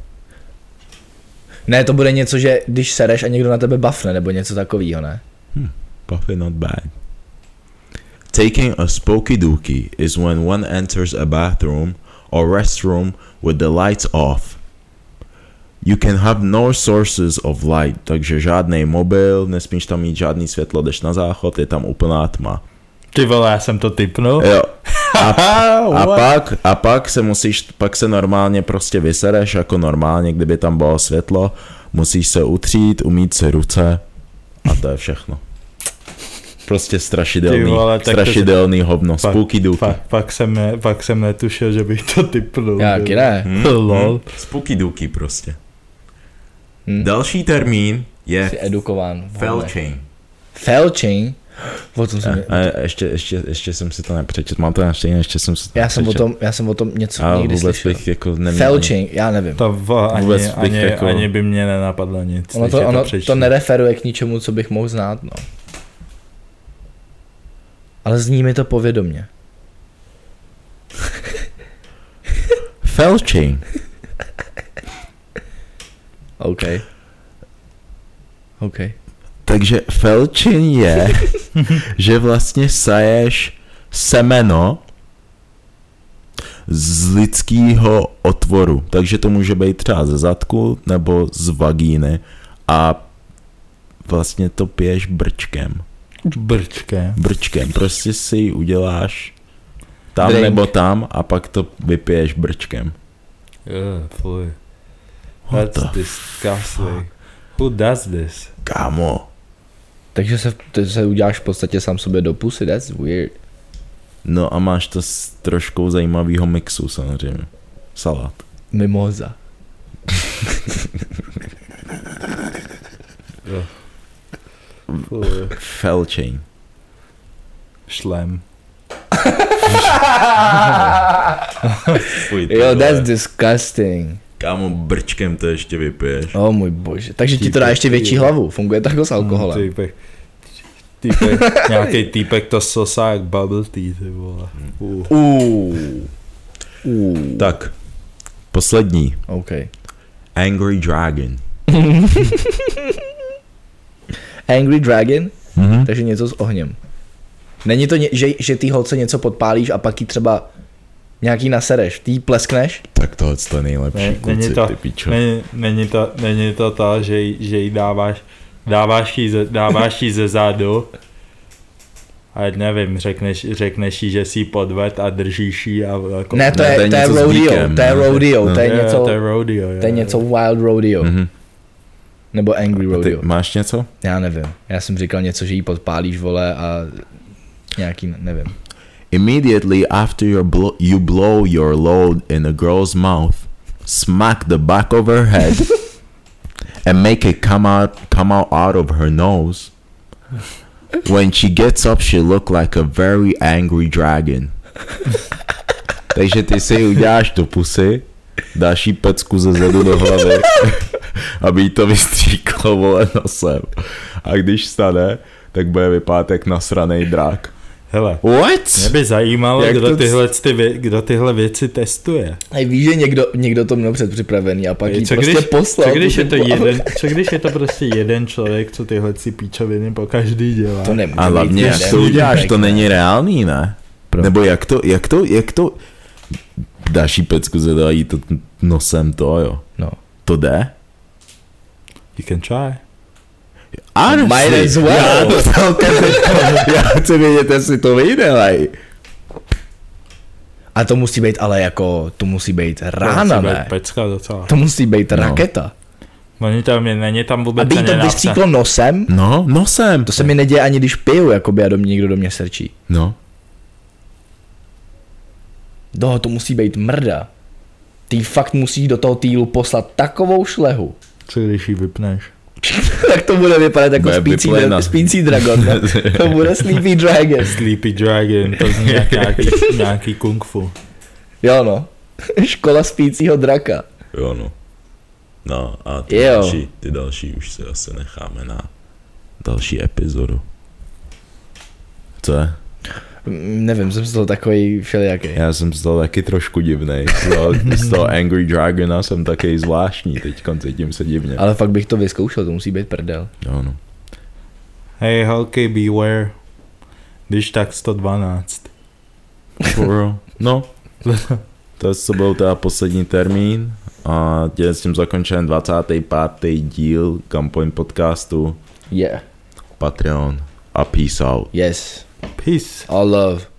Ne, to bude něco, že když sereš a někdo na tebe bafne, nebo něco takového, ne? Coffee not bad. Taking a spooky dookie is when one enters a bathroom or restroom with the lights off. You can have no sources of light, takže žádný mobil, nesmíš tam mít žádný světlo, jdeš na záchod, je tam úplná tma. Ty vole, já jsem to typnul. Jo. A, a, pak, a pak se musíš, pak se normálně prostě vysereš, jako normálně, kdyby tam bylo světlo, musíš se utřít, umýt si ruce a to je všechno. Prostě strašidelný, Ty vole, tak to- strašidelný hovno, Fakt- spooky dooky. Fakt, fakt, jsem, ne- fakt jsem netušil, že bych to typnul. Já taky ne. Hmm, Lol. hmm. Spooky dooky prostě. Hm. Další termín je Jsi edukován. felching. Felching? O tom jsem... A, a ještě, ještě, ještě jsem si to nepřečet, mám to na stejně, ještě jsem si to Já jsem, o nepřečet. tom, já jsem o tom něco A někdy vůbec slyšel. bych jako neměl. Felching, já nevím. To v, ani, Vůbec bych ani, jako- ani by mě nenapadlo nic. Ono než to, je ono přečtu. to nereferuje k ničemu, co bych mohl znát, no. Ale zní mi to povědomně. Felching. OK. OK. Takže felčin je, že vlastně saješ semeno z lidského otvoru. Takže to může být třeba ze zadku nebo z vagíny a vlastně to piješ brčkem. Brčké. Brčkem. Prostě si ji uděláš tam Drink. nebo tam a pak to vypiješ brčkem. Uh, fuj. What That's the disgusting. Who does this? Kámo. Takže se, ty se uděláš v podstatě sám sobě do pusy, that's weird. No a máš to s troškou zajímavého mixu samozřejmě. Salát. Mimoza. Fuj. Felching. Šlem. Fuj, ty Jo, vole. that's disgusting. Kámo, brčkem to ještě vypiješ. O můj bože. Takže ti to Týpek, dá ještě větší jo. hlavu. Funguje to jako s alkoholem. Týpek. Týpek. Nějaký týpek to sosá jak bubble tea, ty vole. Uh. Uuu. Uuu. Tak, poslední. OK. Angry Dragon. Angry Dragon? Mhm. Takže něco s ohněm. Není to, ně, že, že ty holce něco podpálíš a pak jí třeba nějaký nasereš. Ty jí pleskneš? Tak tohle je nejlepší, Ne, kluci, není, to, ty pičo. není, není, to, není to to, že, jí- že jí dáváš, dáváš jí, ze, dáváš jí ze zádu a nevím, řekneš, řekneš jí, že si ji podved a držíš jí a jako... Ne, to Ne, je, to je to je něco s rodeo, díkem, to je no. rodeo, No. to je Je, něco, to je rodeo, jo, to je jo. něco wild rodeo, Mhm. nebo angry A ty rodeo. máš něco? Já nevím, já jsem říkal něco, že jí podpálíš, vole, a nějaký, nevím. Immediately after your blo- you blow your load in a girl's mouth, smack the back of her head and make it come out come out out of her nose. When she gets up, she look like a very angry dragon. Takže ty si uděláš do pusy, dáš jí pecku ze zadu do hlavy, aby jí to vystříklo, vole, nosem. A když stane, tak bude vypadat jak nasranej drak. Hele, What? mě by zajímalo, Jak kdo to- tyhle, ty, vě- kdo tyhle věci testuje. A víš, že někdo, někdo to měl předpřipravený a pak jí Co prostě když, poslal. co, když tu je to typu- jeden, co když je to prostě jeden člověk, co tyhle si píčoviny po každý dělá? To nemůže A být hlavně, jeden jak to uděláš, člověk, to ne? není reálný, ne? Pro. Nebo jak to, jak to, jak to, dáš jí pecku, zadají to nosem to, jo. No. To jde? You can try. Honestly, Might as well. Já to celkem já chci vědět, jestli to vyjde, lej. A to musí být ale jako, to musí být rána, Musí být ne? Pecka docela. To musí být No. raketa. Oni tam je, není tam vůbec Aby jí ani to napsa- vystříklo nosem, No, nosem. to se mi neděje ani když piju, jakoby a do mě někdo do mě srčí. No. No, to musí být mrda. Ty fakt musí do toho týlu poslat takovou šlehu. Co když ji vypneš? Tak to bude vypadat jako Bude spící, vyplena. spící dragon. Ne? To bude Sleepy Dragon. Sleepy Dragon, to zní jak nějaký, nějaký kung fu. Jo no. Škola spícího draka. Jo, no. No a ty Jo. další, ty další už se asi necháme na další epizodu. Co je? Mm, Nevím, jsem z toho takový všelijaký. Já jsem z toho taky trošku divnej. Z toho, z toho Angry Dragona jsem taky zvláštní, teď cítím se divně. Ale fakt bych to vyzkoušel, to musí být prdel. Jo, no. Hej, holky, beware. Když tak sto dvanáct. For- No, to to byl teda poslední termín a tím s tím zakončen dvacátý pátý díl Gunpoint podcastu, Yeah. Patreon a peace out. Yes. Peace. All love.